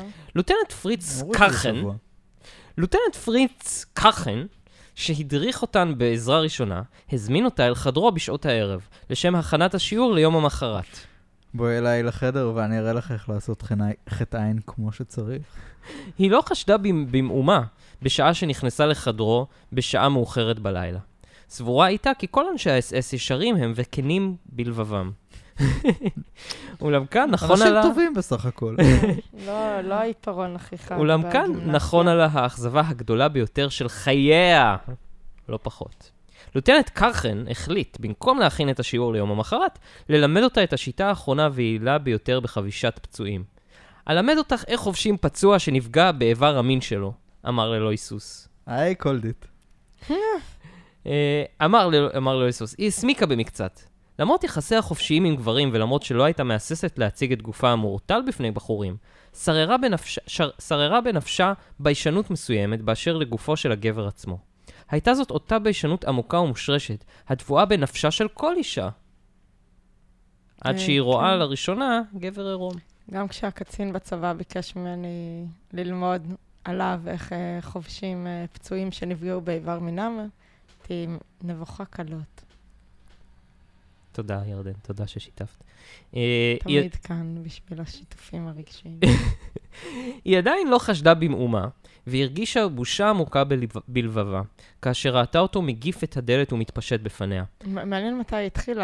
A: לוטננט פריץ קרחן, שהדריך אותן בעזרה ראשונה, הזמין אותה אל חדרו בשעות הערב, לשם הכנת השיעור ליום המחרת.
B: בואי אליי לחדר ואני אראה לך איך לעשות חטא עין כמו שצריך.
A: היא לא חשדה במאומה בשעה שנכנסה לחדרו בשעה מאוחרת בלילה. סבורה איתה כי כל אנשי ה-SS ישרים הם וכנים בלבבם. אולם כאן נכון עלה...
B: אנשים טובים בסך הכל.
C: לא היתרון הכי חד.
A: אולם כאן נכון עלה האכזבה הגדולה ביותר של חייה. לא פחות. לוטננט קרחן החליט, במקום להכין את השיעור ליום המחרת, ללמד אותה את השיטה האחרונה והיעילה ביותר בחבישת פצועים. אלמד אותך איך חובשים פצוע שנפגע באיבר המין שלו, אמר ללוי סוס.
B: I called it.
A: אמר ללוי סוס. היא הסמיקה במקצת. למרות יחסי החופשיים עם גברים ולמרות שלא הייתה מאססת להציג את גופה המורטל בפני בחורים, שררה בנפשה ביישנות מסוימת באשר לגופו של הגבר עצמו. הייתה זאת אותה ביישנות עמוקה ומושרשת, התבואה בנפשה של כל אישה. עד שהיא רואה לראשונה גבר עירום.
C: גם כשהקצין בצבא ביקש ממני ללמוד עליו איך חובשים פצועים שנפגעו באיבר מינם, הייתי נבוכה קלות.
A: תודה, ירדן, תודה ששיתפת.
C: תמיד כאן בשביל השיתופים הרגשיים.
A: היא עדיין לא חשדה במאומה, והרגישה בושה עמוקה בלבבה, כאשר ראתה אותו מגיף את הדלת ומתפשט בפניה.
C: מעניין מתי היא התחילה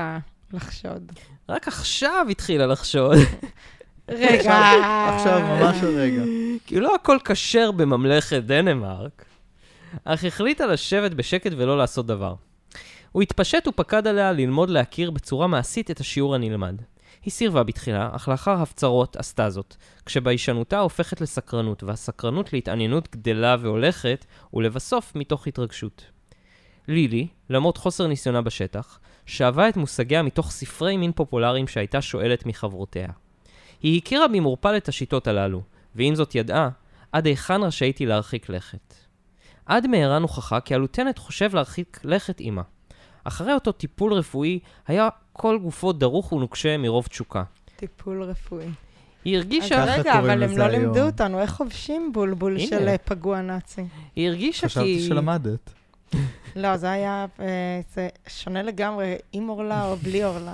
C: לחשוד.
A: רק עכשיו התחילה לחשוד.
C: רגע.
B: עכשיו ממש הרגע.
A: כי לא הכל כשר בממלכת דנמרק, אך החליטה לשבת בשקט ולא לעשות דבר. הוא התפשט ופקד עליה ללמוד להכיר בצורה מעשית את השיעור הנלמד. היא סירבה בתחילה, אך לאחר הפצרות עשתה זאת, כשבהישנותה הופכת לסקרנות, והסקרנות להתעניינות גדלה והולכת, ולבסוף מתוך התרגשות. לילי, למרות חוסר ניסיונה בשטח, שאבה את מושגיה מתוך ספרי מין פופולריים שהייתה שואלת מחברותיה. היא הכירה במורפל את השיטות הללו, ועם זאת ידעה, עד היכן רשאיתי להרחיק לכת. עד מהרה נוכחה כי הלוטנט חושב להרחיק לכת עמה. אחרי אותו טיפול רפואי, היה כל גופו דרוך ונוקשה מרוב תשוקה.
C: טיפול רפואי.
A: היא הרגישה...
C: אז רגע, אבל הם לא לימדו אותנו, איך חובשים בולבול של פגוע נאצי?
A: היא הרגישה כי...
B: חשבתי שלמדת.
C: לא, זה היה... זה שונה לגמרי, עם אורלה או בלי אורלה.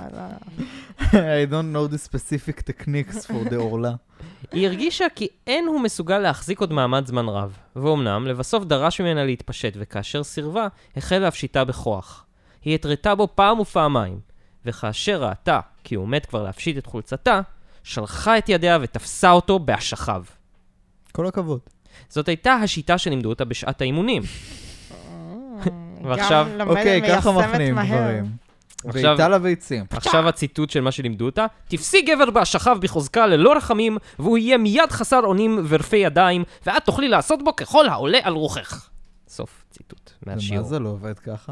B: I don't know the specific techniques for the אורלה.
A: היא הרגישה כי אין הוא מסוגל להחזיק עוד מעמד זמן רב. ואומנם, לבסוף דרש ממנה להתפשט, וכאשר סירבה, החל להפשיטה בכוח. היא התרתה בו פעם ופעמיים, וכאשר ראתה כי הוא עומד כבר להפשיט את חולצתה, שלחה את ידיה ותפסה אותו בהשכב.
B: כל הכבוד.
A: זאת הייתה השיטה שלימדו אותה בשעת האימונים. ועכשיו...
B: אוקיי, ככה מכנים דברים. ואיתה לביצים.
A: עכשיו הציטוט של מה שלימדו אותה, תפסי גבר בהשכב בחוזקה ללא רחמים, והוא יהיה מיד חסר אונים ורפי ידיים, ואת תוכלי לעשות בו ככל העולה על רוחך. סוף ציטוט מהשיעור.
B: ומה זה לא עובד ככה?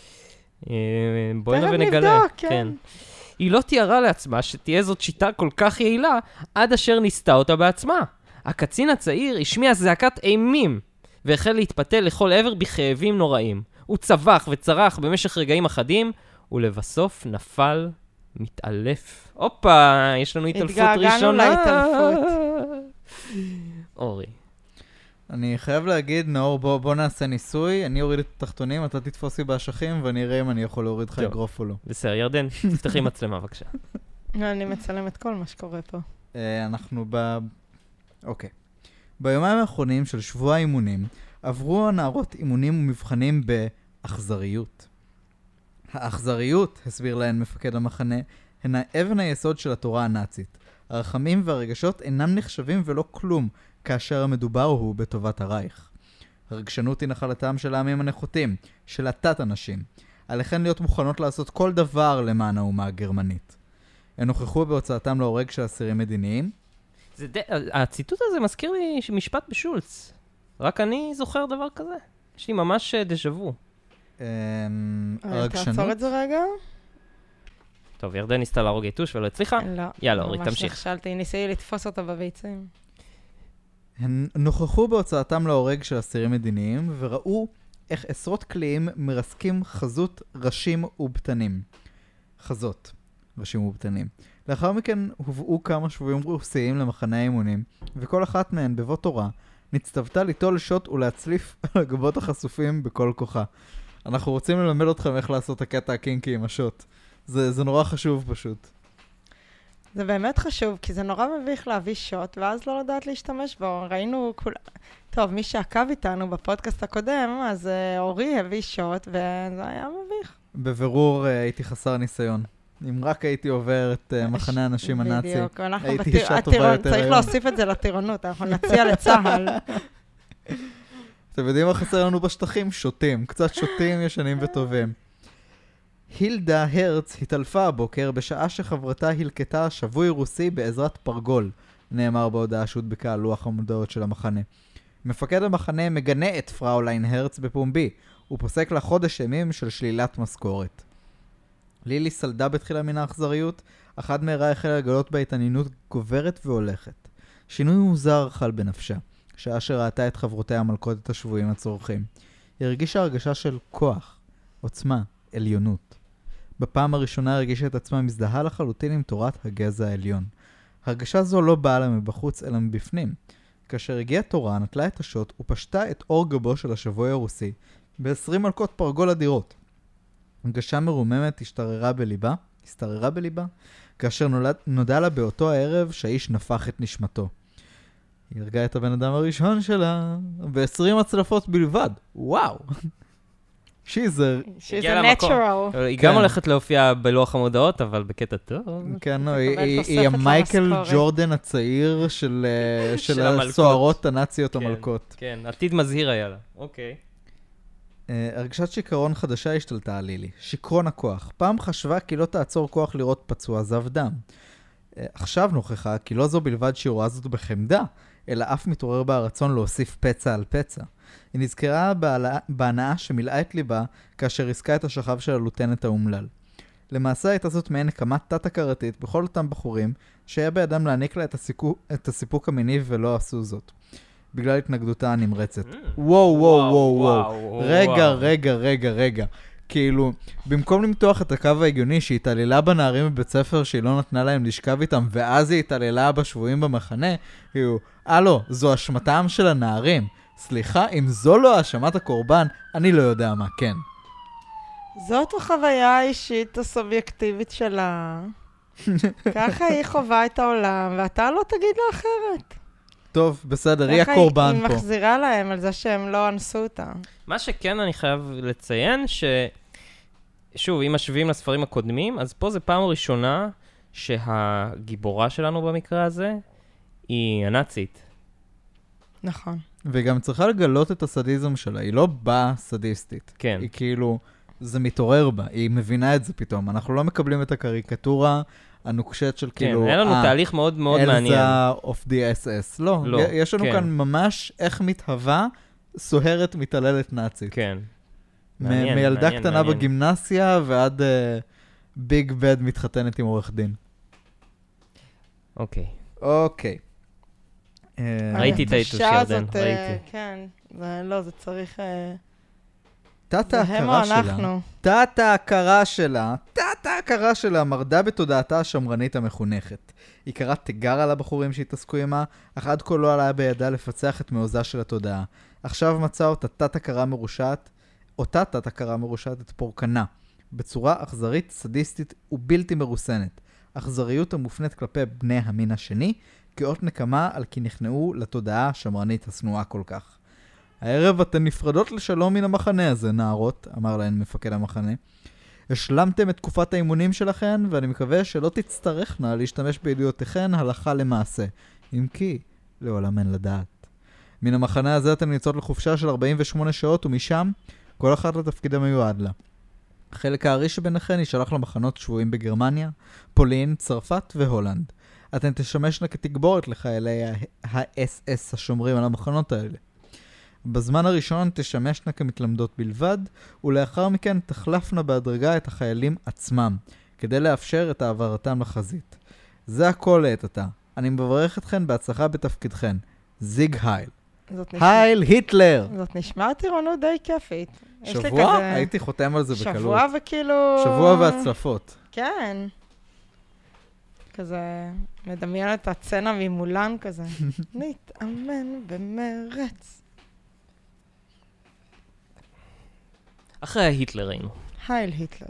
A: בואי ונגלה. כן. היא לא תיארה לעצמה שתהיה זאת שיטה כל כך יעילה, עד אשר ניסתה אותה בעצמה. הקצין הצעיר השמיע זעקת אימים, והחל להתפתל לכל עבר בכאבים נוראים. הוא צבח וצרח במשך רגעים אחדים, ולבסוף נפל מתעלף. הופה, יש לנו התעלפות ראשונה.
C: התגעגענו להתעלפות.
A: אורי.
B: אני חייב להגיד, נאור, בוא נעשה ניסוי, אני אוריד את התחתונים, אתה תתפוס לי באשכים, ואני אראה אם אני יכול להוריד לך אגרוף או לא.
A: בסדר, ירדן, תפתחי מצלמה בבקשה.
C: אני מצלם את כל מה שקורה פה.
B: אנחנו אוקיי. ביומיים האחרונים של שבוע האימונים, עברו הנערות אימונים ומבחנים באכזריות. האכזריות, הסביר להן מפקד המחנה, הן אבן היסוד של התורה הנאצית. הרחמים והרגשות אינם נחשבים ולא כלום, כאשר המדובר הוא בטובת הרייך. הרגשנות היא נחלתם של העמים הנחותים, של התת-אנשים. עליכן להיות מוכנות לעשות כל דבר למען האומה הגרמנית. הן הוכחו בהוצאתם להורג של אסירים מדיניים.
A: הציטוט הזה מזכיר לי משפט בשולץ. רק אני זוכר דבר כזה. יש לי ממש דז'וו.
B: הרגשנות?
C: תעצור את זה רגע?
A: טוב, ירדן ניסתה להרוג יתוש ולא הצליחה.
C: לא.
A: יאללה, אורי,
C: ממש
A: תמשיך.
C: נכשלתי, ניסיתי לתפוס אותה בביצים.
B: הן נוכחו בהוצאתם להורג של אסירים מדיניים, וראו איך עשרות כליים מרסקים חזות ראשים ובטנים. חזות, ראשים ובטנים. לאחר מכן הובאו כמה שבויים רוסיים למחנה האימונים, וכל אחת מהן בבוא תורה נצטוותה ליטול שוט ולהצליף על הגבות החשופים בכל כוחה. אנחנו רוצים ללמד אתכם איך לעשות הקטע הקינקי עם השוט. זה נורא חשוב פשוט.
C: זה באמת חשוב, כי זה נורא מביך להביא שוט, ואז לא לדעת להשתמש בו. ראינו טוב, מי שעקב איתנו בפודקאסט הקודם, אז אורי הביא שוט, וזה היה מביך.
B: בבירור הייתי חסר ניסיון. אם רק הייתי עובר את מחנה האנשים הנאצי, הייתי אישה טובה יותר היום.
C: צריך להוסיף את זה לטירונות, אנחנו נציע לצהל.
B: אתם יודעים מה חסר לנו בשטחים? שוטים. קצת שוטים ישנים וטובים. הילדה הרץ התעלפה הבוקר בשעה שחברתה הלקטה שבוי רוסי בעזרת פרגול, נאמר בהודעה שהודבקה על לוח המודעות של המחנה. מפקד המחנה מגנה את פראוליין הרץ בפומבי, ופוסק לה חודש ימים של שלילת משכורת. לילי סלדה בתחילה מן האכזריות, אך עד מהרה החלה לגלות בהתעניינות גוברת והולכת. שינוי מוזר חל בנפשה, שעה שראתה את חברותיה מלכות את השבויים הצורכים. היא הרגישה הרגשה של כוח, עוצמה, עליונות. בפעם הראשונה הרגישה את עצמה מזדהה לחלוטין עם תורת הגזע העליון. הרגשה זו לא באה לה מבחוץ אלא מבפנים. כאשר הגיעה תורה, נטלה את השוט ופשטה את אור גבו של השבוי הרוסי ב-20 מלכות פרגול אדירות. הרגשה מרוממת הסתררה בליבה, כאשר נודע לה באותו הערב שהאיש נפח את נשמתו. היא הרגה את הבן אדם הראשון שלה ב-20 הצלפות בלבד. וואו! She's
C: a natural.
A: היא גם הולכת להופיע בלוח המודעות, אבל בקטע טוב.
B: כן, היא המייקל ג'ורדן הצעיר של הסוערות הנאציות המלכות.
A: כן, עתיד מזהיר היה לה. אוקיי.
B: הרגשת שיכרון חדשה השתלטה על לילי. שיכרון הכוח. פעם חשבה כי לא תעצור כוח לראות פצוע זב דם. עכשיו נוכחה כי לא זו בלבד שהיא רואה זאת בחמדה, אלא אף מתעורר בה הרצון להוסיף פצע על פצע. היא נזכרה בהנאה שמילאה את ליבה כאשר עסקה את השכב של הלוטנט האומלל. למעשה הייתה זאת מעין נקמה תת-הכרתית בכל אותם בחורים שהיה בידם להעניק לה את הסיפוק המיני ולא עשו זאת. בגלל התנגדותה הנמרצת. וואו. רגע. כאילו, במקום למתוח את הקו ההגיוני שהיא התעלילה בנערים בבית ספר שהיא לא נתנה להם לשכב איתם, ואז היא התעלילה בשבועים במחנה, לא, זו אשמתם של הנערים. סליחה, אם זו לא האשמת הקורבן, אני לא יודע מה כן.
C: זאת החוויה האישית הסובייקטיבית שלה. ככה היא חובה את העולם, ואתה לא תגיד לה אחרת.
B: טוב, בסדר, היא הקורבן פה.
C: היא מחזירה להם על זה שהם לא אנסו אותה.
A: מה שכן אני חייב לציין, שוב, אם משווים לספרים הקודמים, אז פה זה פעם ראשונה שהגיבורה שלנו במקרה הזה היא הנאצית.
C: נכון.
B: וגם צריכה לגלות את הסדיזם שלה, היא לא באה סדיסטית.
A: כן.
B: היא כאילו, זה מתעורר בה, היא מבינה את זה פתאום. אנחנו לא מקבלים את הקריקטורה הנוקשת של כאילו...
A: כן, היה לנו תהליך מאוד מאוד מעניין.
B: אלזה of the SS. לא, יש לנו כאן ממש איך מתהווה סוהרת מתעללת נאצית.
A: כן.
B: מילדה קטנה בגימנסיה ועד ביג בד מתחתנת עם עורך דין. אוקיי.
A: ראיתי את האיתוש ירדן, ראיתי.
C: כן, לא, זה צריך...
B: תת-ההכרה שלה מרדה בתודעתה השמרנית המחונכת. היא קראה תיגר על הבחורים שהתעסקו עמה, אך עד כה לא עלה בידה לפצח את מעוזה של התודעה. עכשיו מצאה אותה תת-הכרה מרושעת את פורקנה, בצורה אכזרית, סדיסטית ובלתי מרוסנת. אכזריות המופנית כלפי בני המין השני, כאות נקמה על כי נכנעו לתודעה השמרנית הסנועה כל כך. הערב אתן נפרדות לשלום מן המחנה הזה, נערות, אמר להן מפקד המחנה. השלמתם את תקופת האימונים שלכן, ואני מקווה שלא תצטרכנה להשתמש בידיעותיכן הלכה למעשה. אם כי, לעולם אין לדעת. מן המחנה הזה אתן יוצאות לחופשה של 48 שעות, ומשם, כל אחת לתפקיד המיועד לה. חלק הארי שביניכן יישלח למחנות שבויים בגרמניה, פולין, צרפת והולנד. אתן תשמשנה כתגבורת לחיילי ה-SS השומרים על המחנות האלה. בזמן הראשון תשמשנה כמתלמדות בלבד, ולאחר מכן תחלפנה בהדרגה את החיילים עצמם, כדי לאפשר את העברתם לחזית. זה הכל לעת עתה. אני מברך אתכן בהצלחה בתפקידכן. זיג הייל. הייל היטלר!
C: זאת נשמעת טירונות די כיפית.
B: שבוע? הייתי חותם על זה בקלות.
C: שבוע וכאילו...
B: שבוע והצלפות.
C: כן. כזה מדמיין את הצצנה ממולן כזה. נתאמן במרץ.
A: אחרי ההיטלר היינו.
C: הייל היטלר.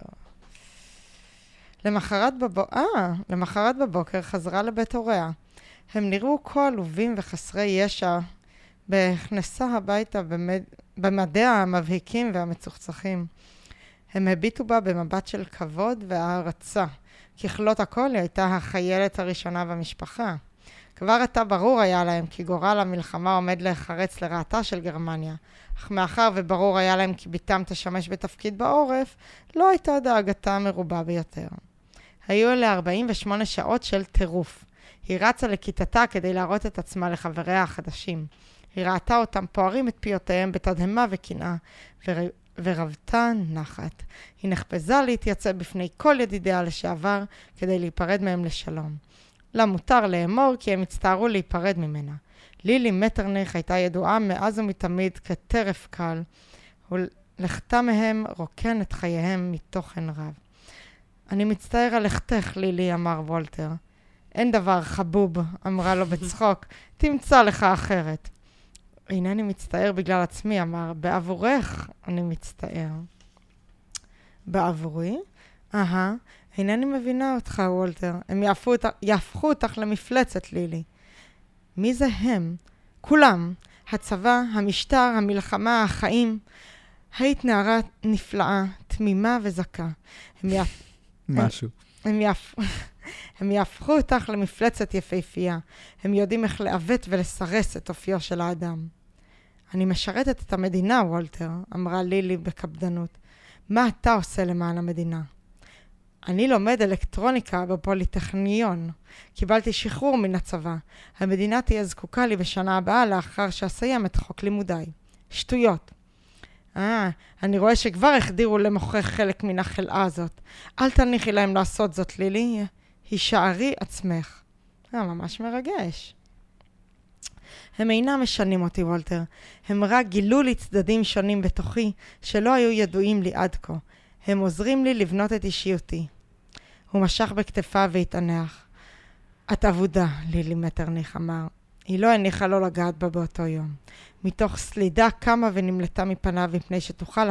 C: למחרת בבוקר חזרה לבית הוריה. הם נראו כה עלובים וחסרי ישע, בהכנסה הביתה במדיה המבהיקים והמצוחצחים. הם הביטו בה במבט של כבוד והערצה. ככלות הכל היא הייתה החיילת הראשונה במשפחה. כבר עתה ברור היה להם כי גורל המלחמה עומד להיחרץ לרעתה של גרמניה. אך מאחר וברור היה להם כי ביתם תשמש בתפקיד בעורף, לא הייתה דאגתה מרובה ביותר. היו אלה 48 שעות של טירוף. היא רצה לכיתתה כדי להראות את עצמה לחבריה החדשים. היא ראתה אותם פוערים את פיותיהם בתדהמה וקנאה, ורבתה נחת. היא נחפזה להתייצב בפני כל ידידיה לשעבר כדי להיפרד מהם לשלום. לה מותר לאמור כי הם הצטערו להיפרד ממנה. לילי מטרניך הייתה ידועה מאז ומתמיד כטרף קל, ולכתה מהם רוקן את חייהם מתוכן רב. אני מצטער על לכתך, לילי, אמר וולטר. אין דבר חבוב, אמרה לו בצחוק, תמצא לך אחרת. אינני מצטער בגלל עצמי, אמר, בעבורך אני מצטער. בעבורי? אינני מבינה אותך, וולטר. הם יהפכו אותך למפלצת, לילי. מי זה הם? כולם. הצבא, המשטר, המלחמה, החיים. היית נערה נפלאה, תמימה וזכה.
B: משהו.
C: הם יהפכו אותך למפלצת יפהפייה. הם יודעים איך לעוות ולסרס את אופיו של האדם. אני משרתת את המדינה, וולטר, אמרה לילי בקפדנות. מה אתה עושה למען המדינה? אני לומד אלקטרוניקה בפוליטכניון. קיבלתי שחרור מן הצבא. המדינה תהיה זקוקה לי בשנה הבאה לאחר שאסיים את חוק לימודיי. שטויות. אני רואה שכבר החדירו למוחך חלק מן החלאה הזאת. אל תניחי להם לעשות זאת, לילי. הישארי עצמך. ממש מרגש. הם אינם משנים אותי, וולטר. הם רק גילו לי צדדים שונים בתוכי שלא היו ידועים לי עד כה. הם עוזרים לי לבנות את אישיותי. הוא משך בכתפיו והתענח. את עבודה, לילי מטרניך אמר. היא לא הניחה לו לגעת בה באותו יום. מתוך סלידה קמה ונמלטה מפניו מבלי שתוכל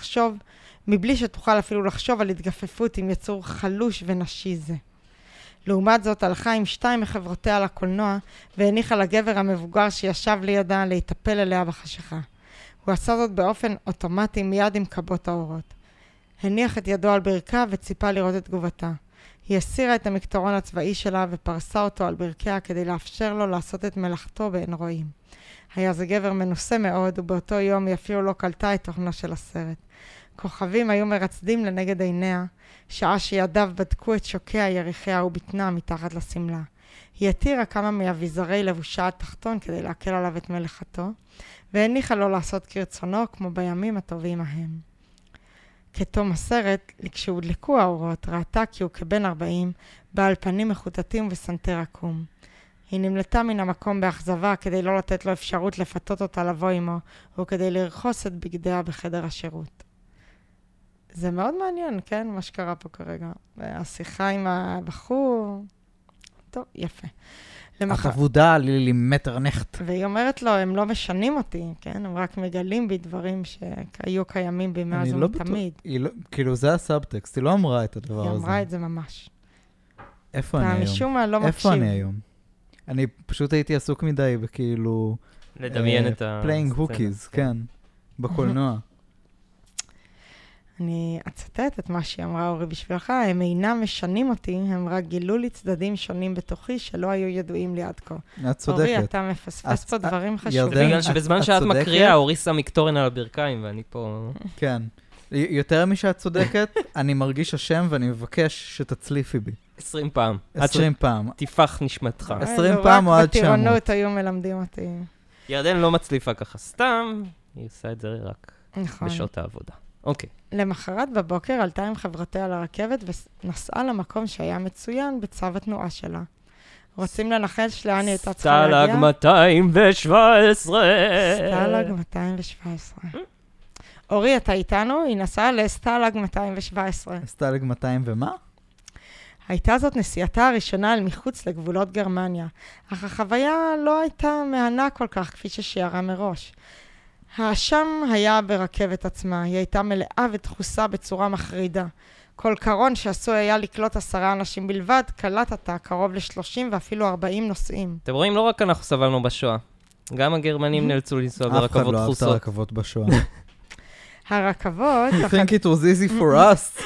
C: אפילו לחשוב על התגפפות עם יצור חלוש ונשי זה. לעומת זאת הלכה עם 2 מחברותיה לקולנוע והניחה לגבר המבוגר שישב לידה להיטפל אליה בחשיכה. הוא עשה זאת באופן אוטומטי מיד עם כבות האורות. הניח את ידו על ברכה וציפה לראות את תגובתה. היא הסירה את המקטורון הצבאי שלה ופרסה אותו על ברכיה כדי לאפשר לו לעשות את מלאכתו בעין רואים. היה זה גבר מנוסה מאוד, ובאותו יום היא אפילו לא קלטה את תוכנו של הסרט. כוכבים היו מרצדים לנגד עיניה, שעה שידיו בדקו את שוקיה, יריחיה ובטנה מתחת לסמלה. היא התירה כמה מאביזרי לבושה התחתון כדי להקל עליו את מלאכתו, והניחה לו לעשות כרצונו כמו בימים הטובים ההם. כתום הסרט, כשהודלקו האורות, ראתה כי הוא כבן 40, בעל פנים מחוטטים וסנטר עקום. היא נמלטה מן המקום באכזבה כדי לא לתת לו אפשרות לפתות אותה לבוא עמו, וכדי לרחוס את בגדיה בחדר השירות. זה מאוד מעניין, כן? מה שקרה פה כרגע. השיחה עם הבחור... טוב, יפה.
B: את עבודה לילי מטרניך.
C: והיא אומרת לו, הם לא משנים אותי, כן? הם רק מגלים בי דברים שהיו קיימים בי מאז ומתמיד.
B: כאילו זה הסאבטקסט, היא לא אמרה את הדבר הזה.
C: היא אמרה את זה ממש.
B: איפה אני היום?
C: משום מה לא מקשיב.
B: איפה אני היום? אני פשוט הייתי עסוק מדי וכאילו...
A: לדמיין את ה...
B: פליינג הוקיז, כן. בקולנוע.
C: אני אצטט את מה שהיא אמרה, אורי, בשבילך. הם אינם משנים אותי, הם רק גילו לי צדדים שונים בתוכי שלא היו ידועים לי עד כה.
B: את צודקת.
C: אורי, אתה מפספס פה דברים חשובים.
A: בגלל שבזמן שאת מקריאה, אורי שם מקטורן על הברכיים, ואני פה...
B: כן. יותר משאת צודקת, אני מרגיש אשם ואני מבקש שתצליפי בי.
A: 20 פעם.
B: 20 פעם.
A: תפח נשמתך.
B: 20 פעם או עד 900.
C: רק בטירונות היו מלמדים אותי.
A: ירדן לא מצליפה ככה סתם, היא עושה את זה רק בשעות העבודה. אוקיי.
C: למחרת בבוקר עלתה עם חברותיה לרכבת ונסעה למקום שהיה מצוין בצו התנועה שלה. רוצים לנחש לאן היא הייתה צריכה להגיע?
A: סטלג 217.
C: סטלג 217. אורי, אתה איתנו? היא נסעה לסטלג 217.
B: סטלג 200 ומה?
C: הייתה זאת נסיעתה הראשונה אל מחוץ לגבולות גרמניה, אך החוויה לא הייתה מהנה כל כך כפי ששיערה מראש. האשם היה ברכבת עצמה, היא הייתה מלאה ודחוסה בצורה מחרידה. כל קרון שעשוי היה לקלוט 10 אנשים בלבד, קלט אותה קרוב ל-30 ואפילו 40 נוסעים.
A: אתם רואים, לא רק אנחנו סבלנו בשואה, גם הגרמנים נאלצו לנסוע ברכבות דחוסות.
B: אף אחד לא אהב את הרכבות בשואה.
C: הרכבות...
B: You think it was easy for us?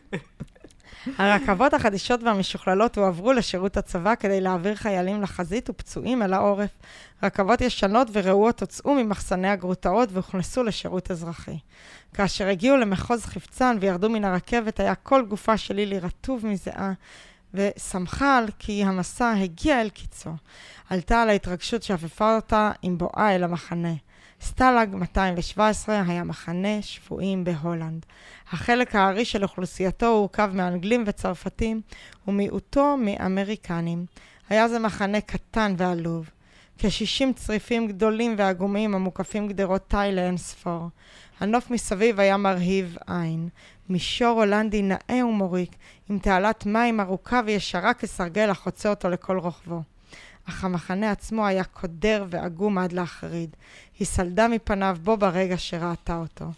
C: הרכבות החדישות והמשוכללות הועברו לשירות הצבא כדי להעביר חיילים לחזית ופצועים אל העורף. רכבות ישנות ורעועות הוצאו ממחסני הגרוטאות והוכנסו לשירות אזרחי. כאשר הגיעו למחוז חפצן וירדו מן הרכבת, היה כל גופה של לילי רטוב מזיעה, ושמחה על כי המסע הגיע אל קיצו. עלתה על ההתרגשות שאפפה אותה עם בואה אל המחנה. סטלג 217 היה מחנה שבויים בהולנד. החלק הארי של אוכלוסייתו הורכב מאנגלים וצרפתים ומיעוטו מאמריקנים. היה זה מחנה קטן ועלוב. כ-60 צריפים גדולים ועגומים המוקפים גדרות תאי לאין ספור. הנוף מסביב היה מרהיב עין. מישור הולנדי נאה ומוריק, עם תעלת מים ארוכה וישרה כסרגל החוצה אותו לכל רוחבו. אך המחנה עצמו היה קודר ועגום עד להחריד. היא סלדה מפניו בו ברגע שראתה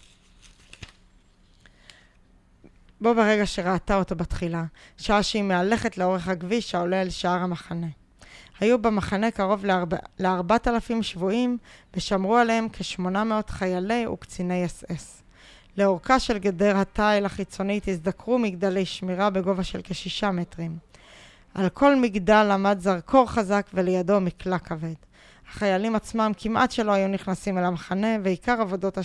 C: אותו. בתחילה, שעה שהיא מהלכת לאורך הכביש העולה אל שער המחנה. היו במחנה קרוב ל-4,000 שבויים, ושמרו עליהם כ-800 חיילי וקציני אס-אס. לאורכה של גדר התיל החיצונית הזדקרו מגדלי שמירה בגובה של כ6 מטרים. על כל מגדל עמד זרקור חזק ולידו מקלע כבד. החיילים עצמם כמעט שלא היו נכנסים אל המחנה, ועיקר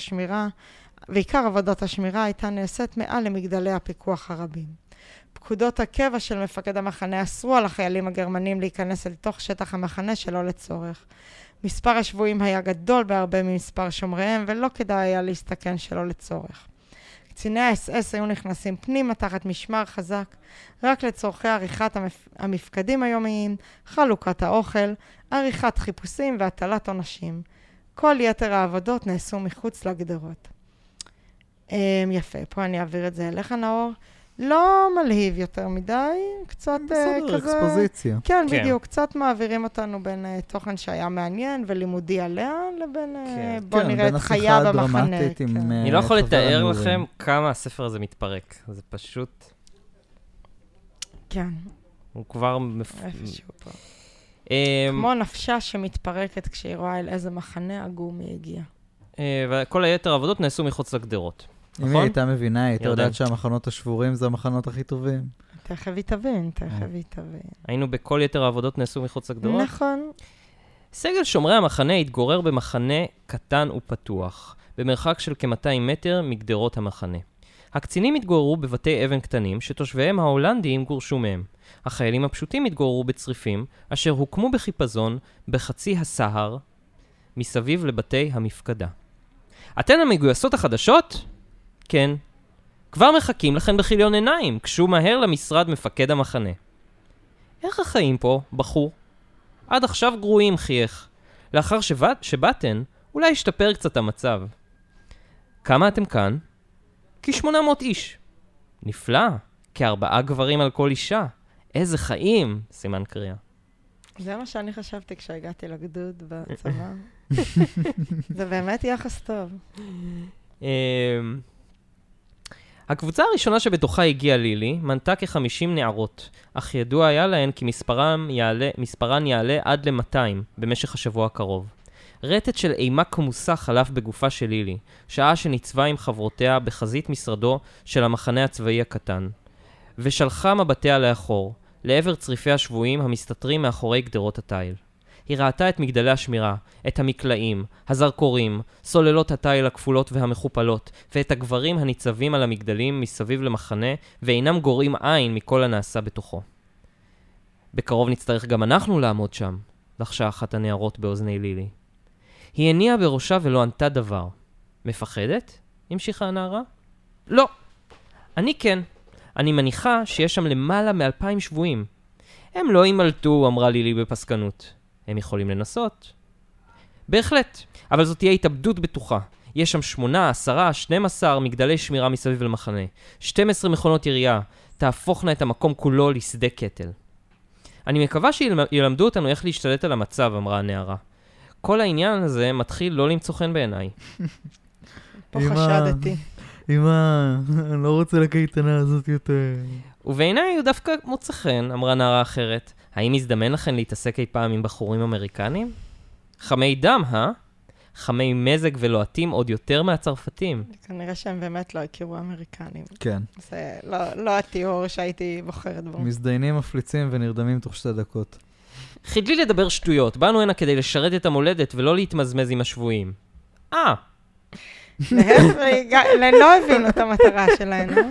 C: עבודת השמירה הייתה נעשית מעל למגדלי הפיקוח הרבים. פקודות הקבע של מפקד המחנה אסרו על החיילים הגרמנים להיכנס אל תוך שטח המחנה שלא לצורך. מספר השבויים היה גדול בהרבה ממספר שומריהם, ולא כדאי היה להסתכן שלא לצורך. קציני האס-אס היו נכנסים פנימה תחת משמר חזק, רק לצורכי עריכת המפקדים היומיים, חלוקת האוכל, עריכת חיפושים והטלת עונשים. כל יתר העבודות נעשו מחוץ לגדרות. יפה, פה אני אעביר את זה אליך, נאור. לא מלהיב יותר מדי, קצת
B: בסדר,
C: כזה...
B: אקספוזיציה.
C: כן, בדיוק, קצת מעבירים אותנו בין תוכן שהיה מעניין ולימודי עליה, לבין בוא נראה את חיה במחנה.
A: אני לא יכול לתאר לכם כמה הספר הזה מתפרק. זה פשוט...
C: כן.
A: הוא כבר...
C: איפשהו פה. כמו נפשה שמתפרקת כשהיא רואה אל איזה מחנה עגום היא הגיעה.
A: וכל היתר העבודות נעשו מחוץ לגדרות.
B: אם היא הייתה מבינה, היא הייתה יודעת שהמחנות השבורים זה המחנות הכי טובים.
C: תכף היא תבין.
A: היינו בכל יתר העבודות נעשו מחוץ לגדרות?
C: נכון.
A: סגל שומרי המחנה התגורר במחנה קטן ופתוח, במרחק של כ-200 מטר מגדרות המחנה. הקצינים התגוררו בבתי אבן קטנים, שתושביהם ההולנדיים גורשו מהם. החיילים הפשוטים התגוררו בצריפים, אשר הוקמו בחיפזון בחצי הסהר, מסביב לבתי המפקדה. אתן המגויסות החדשות? כן. כבר מחכים לכן בכיליון עיניים, קשו מהר למשרד מפקד המחנה. איך החיים פה, בחור? עד עכשיו גרועים, חייך. לאחר שבאתן, אולי ישתפר קצת המצב. כמה אתם כאן? כ-800 איש. נפלא, כ4 גברים על כל אישה. איזה חיים, סימן קריאה.
C: זה מה שאני חשבתי כשהגעתי לגדוד בצבא. זה באמת יחס טוב.
A: הקבוצה הראשונה שבתוכה הגיעה לילי מנתה כ50 נערות, אך ידוע היה להן כי מספרן יעלה עד ל200 במשך השבוע הקרוב. רטט של אימה כמוסה חלף בגופה של לילי, שעה שניצבה עם חברותיה בחזית משרדו של המחנה הצבאי הקטן, ושלחה מבטיה לאחור, לעבר צריפי השבויים המסתתרים מאחורי גדרות התיל. היא ראתה את מגדלי השמירה, את המקלעים, הזרקורים, סוללות התיל הכפולות והמכופלות, ואת הגברים הניצבים על המגדלים מסביב למחנה, ואינם גורעים עין מכל הנעשה בתוכו. בקרוב נצטרך גם אנחנו לעמוד שם, לחשה אחת הנערות באוזני לילי. היא הניעה בראשה ולא ענתה דבר. מפחדת? המשיכה הנערה. לא. אני כן. אני מניחה שיש שם למעלה מ2,000 שבויים. הם לא ימלטו, אמרה לילי בפסקנות. הם יכולים לנסות. בהחלט, אבל זאת תהיה התאבדות בטוחה. יש שם 8, 10, 12 מגדלי שמירה מסביב למחנה. 12 מכונות ירייה. תהפוכנה את המקום כולו לשדה קטל. אני מקווה שילמדו אותנו איך להשתלט על המצב, אמרה הנערה. כל העניין הזה מתחיל לא למצוא חן בעיניי.
C: פה חשדתי.
B: אמא, אני לא רוצה לקייטנה הזאת יותר.
A: ובעיניי הוא דווקא מוצא חן, אמרה נערה אחרת. האם הזדמן לכן להתעסק אי פעם עם בחורים אמריקנים? חמי דם, חמי מזג ולוהטים עוד יותר מהצרפתים.
C: כנראה שהם באמת לא הכירו אמריקנים.
B: כן.
C: זה לא התיאור שהייתי בוחרת בו.
B: מזדיינים, מפליצים ונרדמים תוך 2 דקות.
A: חדלי לדבר שטויות, באנו הנה כדי לשרת את המולדת ולא להתמזמז עם השבויים.
C: לא הבינו את המטרה שלנו.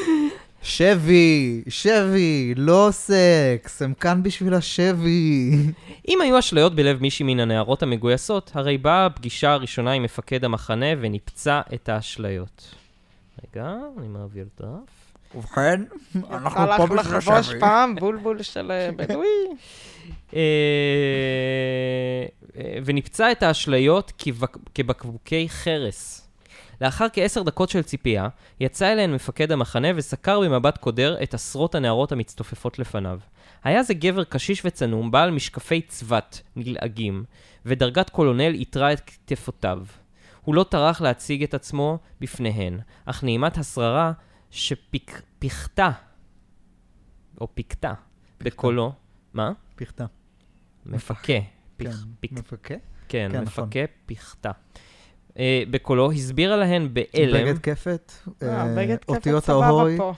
B: שבי, לא סקס, הם כאן בשביל השבי.
A: אם היו אשליות בלב מישהי מן הנערות המגויסות, הרי באה הפגישה הראשונה עם מפקד המחנה וניפצה את האשליות. רגע, אני מעביר דף.
B: ובכן, אנחנו פה בשביל השבי.
C: לחבוש פעם בולבול של בדואי.
A: וניפצה את האשליות כבקבוקי חרס. לאחר כ10 דקות של ציפייה, יצא אליהן מפקד המחנה וסקר במבט קודר את עשרות הנערות המצטופפות לפניו. היה זה גבר קשיש וצנום, בעל משקפי צוות נלעגים, ודרגת קולונל יתרה את כתפותיו. הוא לא טרח להציג את עצמו בפניהן, אך נעימת השררה שפיקתה, או פיקתה, בקולו. מה?
B: פיקתה.
A: מפקה.
B: מפקה?
A: כן, מפקה פיקתה. בקולו, הסבירה להן באלם.
B: בגד כפת,
C: בגד כפת
B: אותיות
C: סבבה
B: ההוי.
C: פה.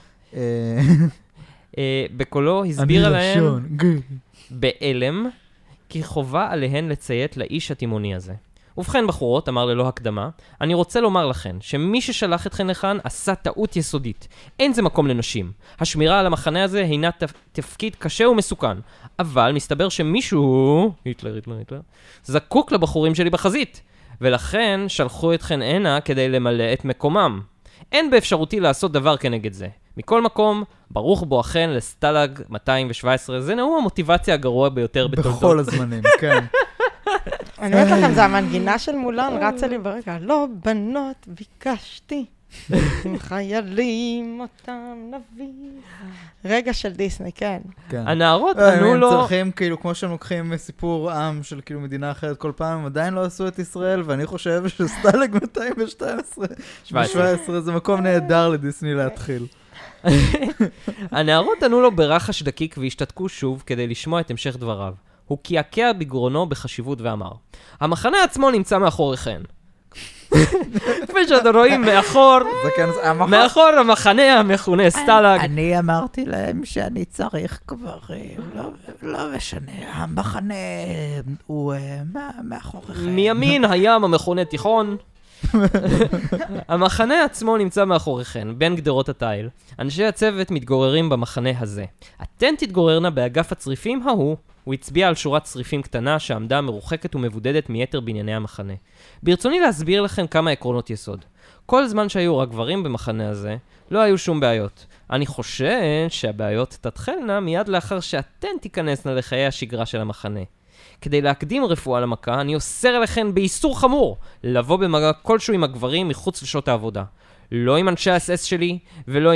A: בקולו הסבירה להן באלם, כי חובה עליהן לציית לאיש התימוני הזה. ובכן בחורות, אמר ללא הקדמה, אני רוצה לומר לכן שמי ששלח אתכן לכאן עשה טעות יסודית. אין זה מקום לנשים. השמירה על המחנה הזה הינה תפקיד קשה ומסוכן. אבל מסתבר שמישהו, היטלר, זקוק לבחורים שלי בחזית. ולכן שלחו אתכן הנה כדי למלא את מקומם. אין באפשרותי לעשות דבר כנגד זה. מכל מקום, ברוך בואכן לסטלג 217. זה נאום המוטיבציה הגרוע ביותר בתולדות.
B: בכל הזמנים, כן.
C: אני אומרת לכם, זה המנגינה של מולן, רצה לי ברגע, לא בנות ביקשתי, עם חיילים אותם נביא. רגע של דיסני, כן.
A: הנערות ענו לו...
B: הם צריכים, כאילו, כמו שהם לוקחים סיפור עם של כאילו מדינה אחרת כל פעם, הם עדיין לא עשו את ישראל, ואני חושב שסטלג 217 זה מקום נהדר לדיסני להתחיל.
A: הנערות ענו לו ברחש דקיק והשתתקו שוב כדי לשמוע את המשך דבריו. הוא קעקע בגרונו בחשיבות ואמר, המחנה עצמו נמצא מאחוריכן. כפי שאתם רואים מאחור, מאחור המחנה המכונה סטלג.
B: אני אמרתי להם שאני צריך גברים, לא משנה, המחנה הוא מאחוריכן.
A: מימין הים המכונה תיכון. המחנה עצמו נמצא מאחוריכן, בין גדרות התיל. אנשי הצוות מתגוררים במחנה הזה. אתן תתגוררנה באגף הצריפים ההוא. הוא הצביע על שורת צריפים קטנה שעמדה מרוחקת ומבודדת מיתר בנייני המחנה. ברצוני להסביר לכם כמה עקרונות יסוד. כל זמן שהיו רק גברים במחנה הזה, לא היו שום בעיות. אני חושב שהבעיות תתחלנה מיד לאחר שאתן תיכנסנה לחיי השגרה של המחנה. כדי להקדים רפואה למכה, אני אוסר עליכם באיסור חמור לבוא במגע כלשהו עם הגברים מחוץ לשעות העבודה. לא עם אנשי האס-אס שלי, ולא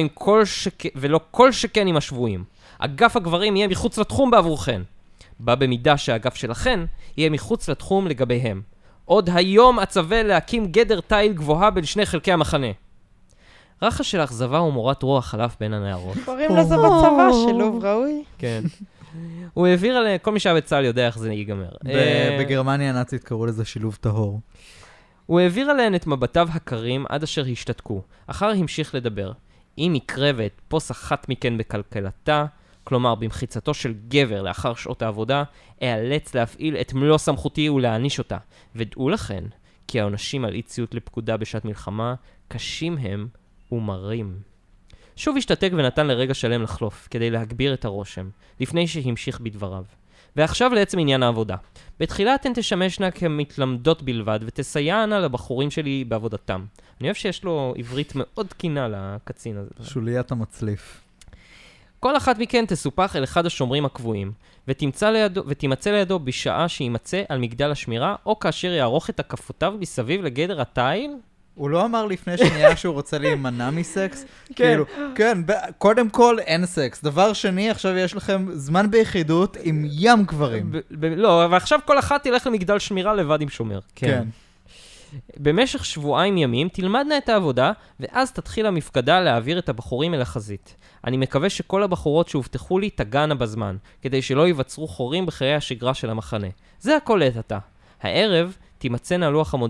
A: כל שכן עם השבויים. אגף הגברים יהיה מחוץ לתחום בעבורכן. בה במידה שהאגף שלכן יהיה מחוץ לתחום לגביהם. עוד היום אצווה להקים גדר תיל גבוהה בין שני חלקי המחנה. רחש של אכזבה ומורת רוח חלף בין הנערות.
C: קוראים לזה בצבא, שילוב ראוי.
A: כן. הוא העביר עליהם, כל מי שהיה בצה"ל יודע איך זה ייגמר.
B: בגרמניה הנאצית קראו לזה שילוב טהור.
A: הוא העביר עליהן את מבטיו הקרים עד אשר השתתקו. אחר המשיך לדבר. אם יקרה ואת פוס אחת מכן בקלקלתה, כלומר במחיצתו של גבר לאחר שעות העבודה, אאלץ להפעיל את מלוא סמכותי ולהעניש אותה. ודעו לכן, כי העונשים על אי ציות לפקודה בשעת מלחמה, קשים הם ומרים. שוב השתתק ונתן לרגע שלם לחלוף, כדי להגביר את הרושם, לפני שהמשיך בדבריו. ועכשיו לעצם עניין העבודה. בתחילה אתן תשמשנה כמתלמדות בלבד, ותסייענה לבחורים שלי בעבודתם. אני אוהב שיש לו עברית מאוד תקינה לקצין הזה.
B: שוליית המצליף.
A: כל אחת מכן תסופח אל אחד השומרים הקבועים, ותימצא לידו בשעה שימצא על מגדל השמירה, או כאשר יערוך את הקפותיו מסביב לגדר התיל.
B: הוא לא אמר לפני שנייה שהוא רוצה להימנע מסקס? כאילו, כן, קודם כל אין סקס. דבר שני, עכשיו יש לכם זמן ביחידות עם ים גברים.
A: לא, ועכשיו כל אחת תלך למגדל שמירה לבד עם שומר. כן. במשך שבועיים ימים תלמדנה את העבודה, ואז תתחיל המפקדה להעביר את הבחורים אל החזית. אני מקווה שכל הבחורות שהובטחו לי תגענה בזמן, כדי שלא ייווצרו חורים בחיי השגרה של המחנה. זה הכל לעת עתה. הערב תמצאנה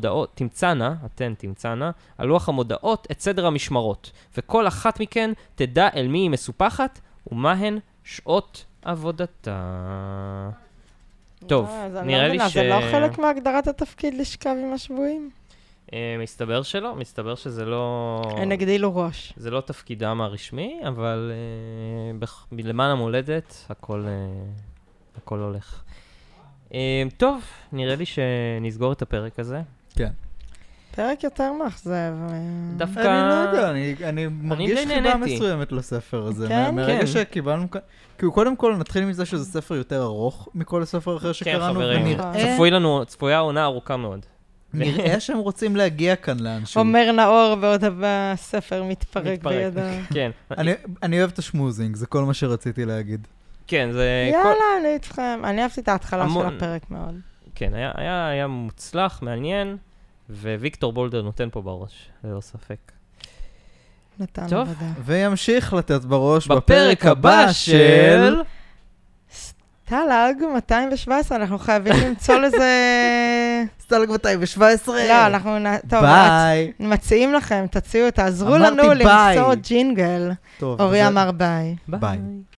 A: על לוח המודעות את סדר המשמרות, וכל אחת מכן תדע אל מי היא מסופחת ומהן שעות עבודתה. טוב, נראה לי
C: זה לא חלק מהגדרת התפקיד לשכב עם השבויים?
A: מסתבר שלא, מסתבר שזה לא...
C: הם הגדילו ראש.
A: זה לא תפקידם הרשמי, אבל למען המולדת הכל הולך. טוב, נראה לי שנסגור את הפרק הזה.
B: כן.
C: פרק יותר מאכזב.
A: דווקא...
B: אני לא יודע, אני מרגיש חיבה מסוימת לספר הזה.
C: כן?
B: מרגע שקיבלנו... כי קודם כל נתחיל מזה שזה ספר יותר ארוך מכל הספר אחר שקראנו.
A: כן, חברים. צפויה עונה ארוכה מאוד.
B: נראה שהם רוצים להגיע כאן לאנשהו.
C: אומר נאור ועוד הבא ספר מתפרק בידה.
A: כן.
B: אני אוהב את השמוזינג, זה כל מה שרציתי להגיד.
A: כן, זה...
C: יאללה, אני איתכם. אני אהבתי את ההתחלה של הפרק מאוד.
A: כן, היה מוצלח, מעניין, וויקטור בולדר נותן פה בראש, ללא ספק.
C: נתן
A: טוב.
C: עבודה.
B: וימשיך לתת בראש
A: בפרק הבא של...
C: סטלג 217, אנחנו חייבים למצוא לזה...
B: סטלג 217.
C: לא, אנחנו... טוב,
B: ביי.
C: מציעים לכם, תעזרו לנו למצוא ג'ינגל.
B: טוב.
C: אורי אמר ביי.
B: ביי.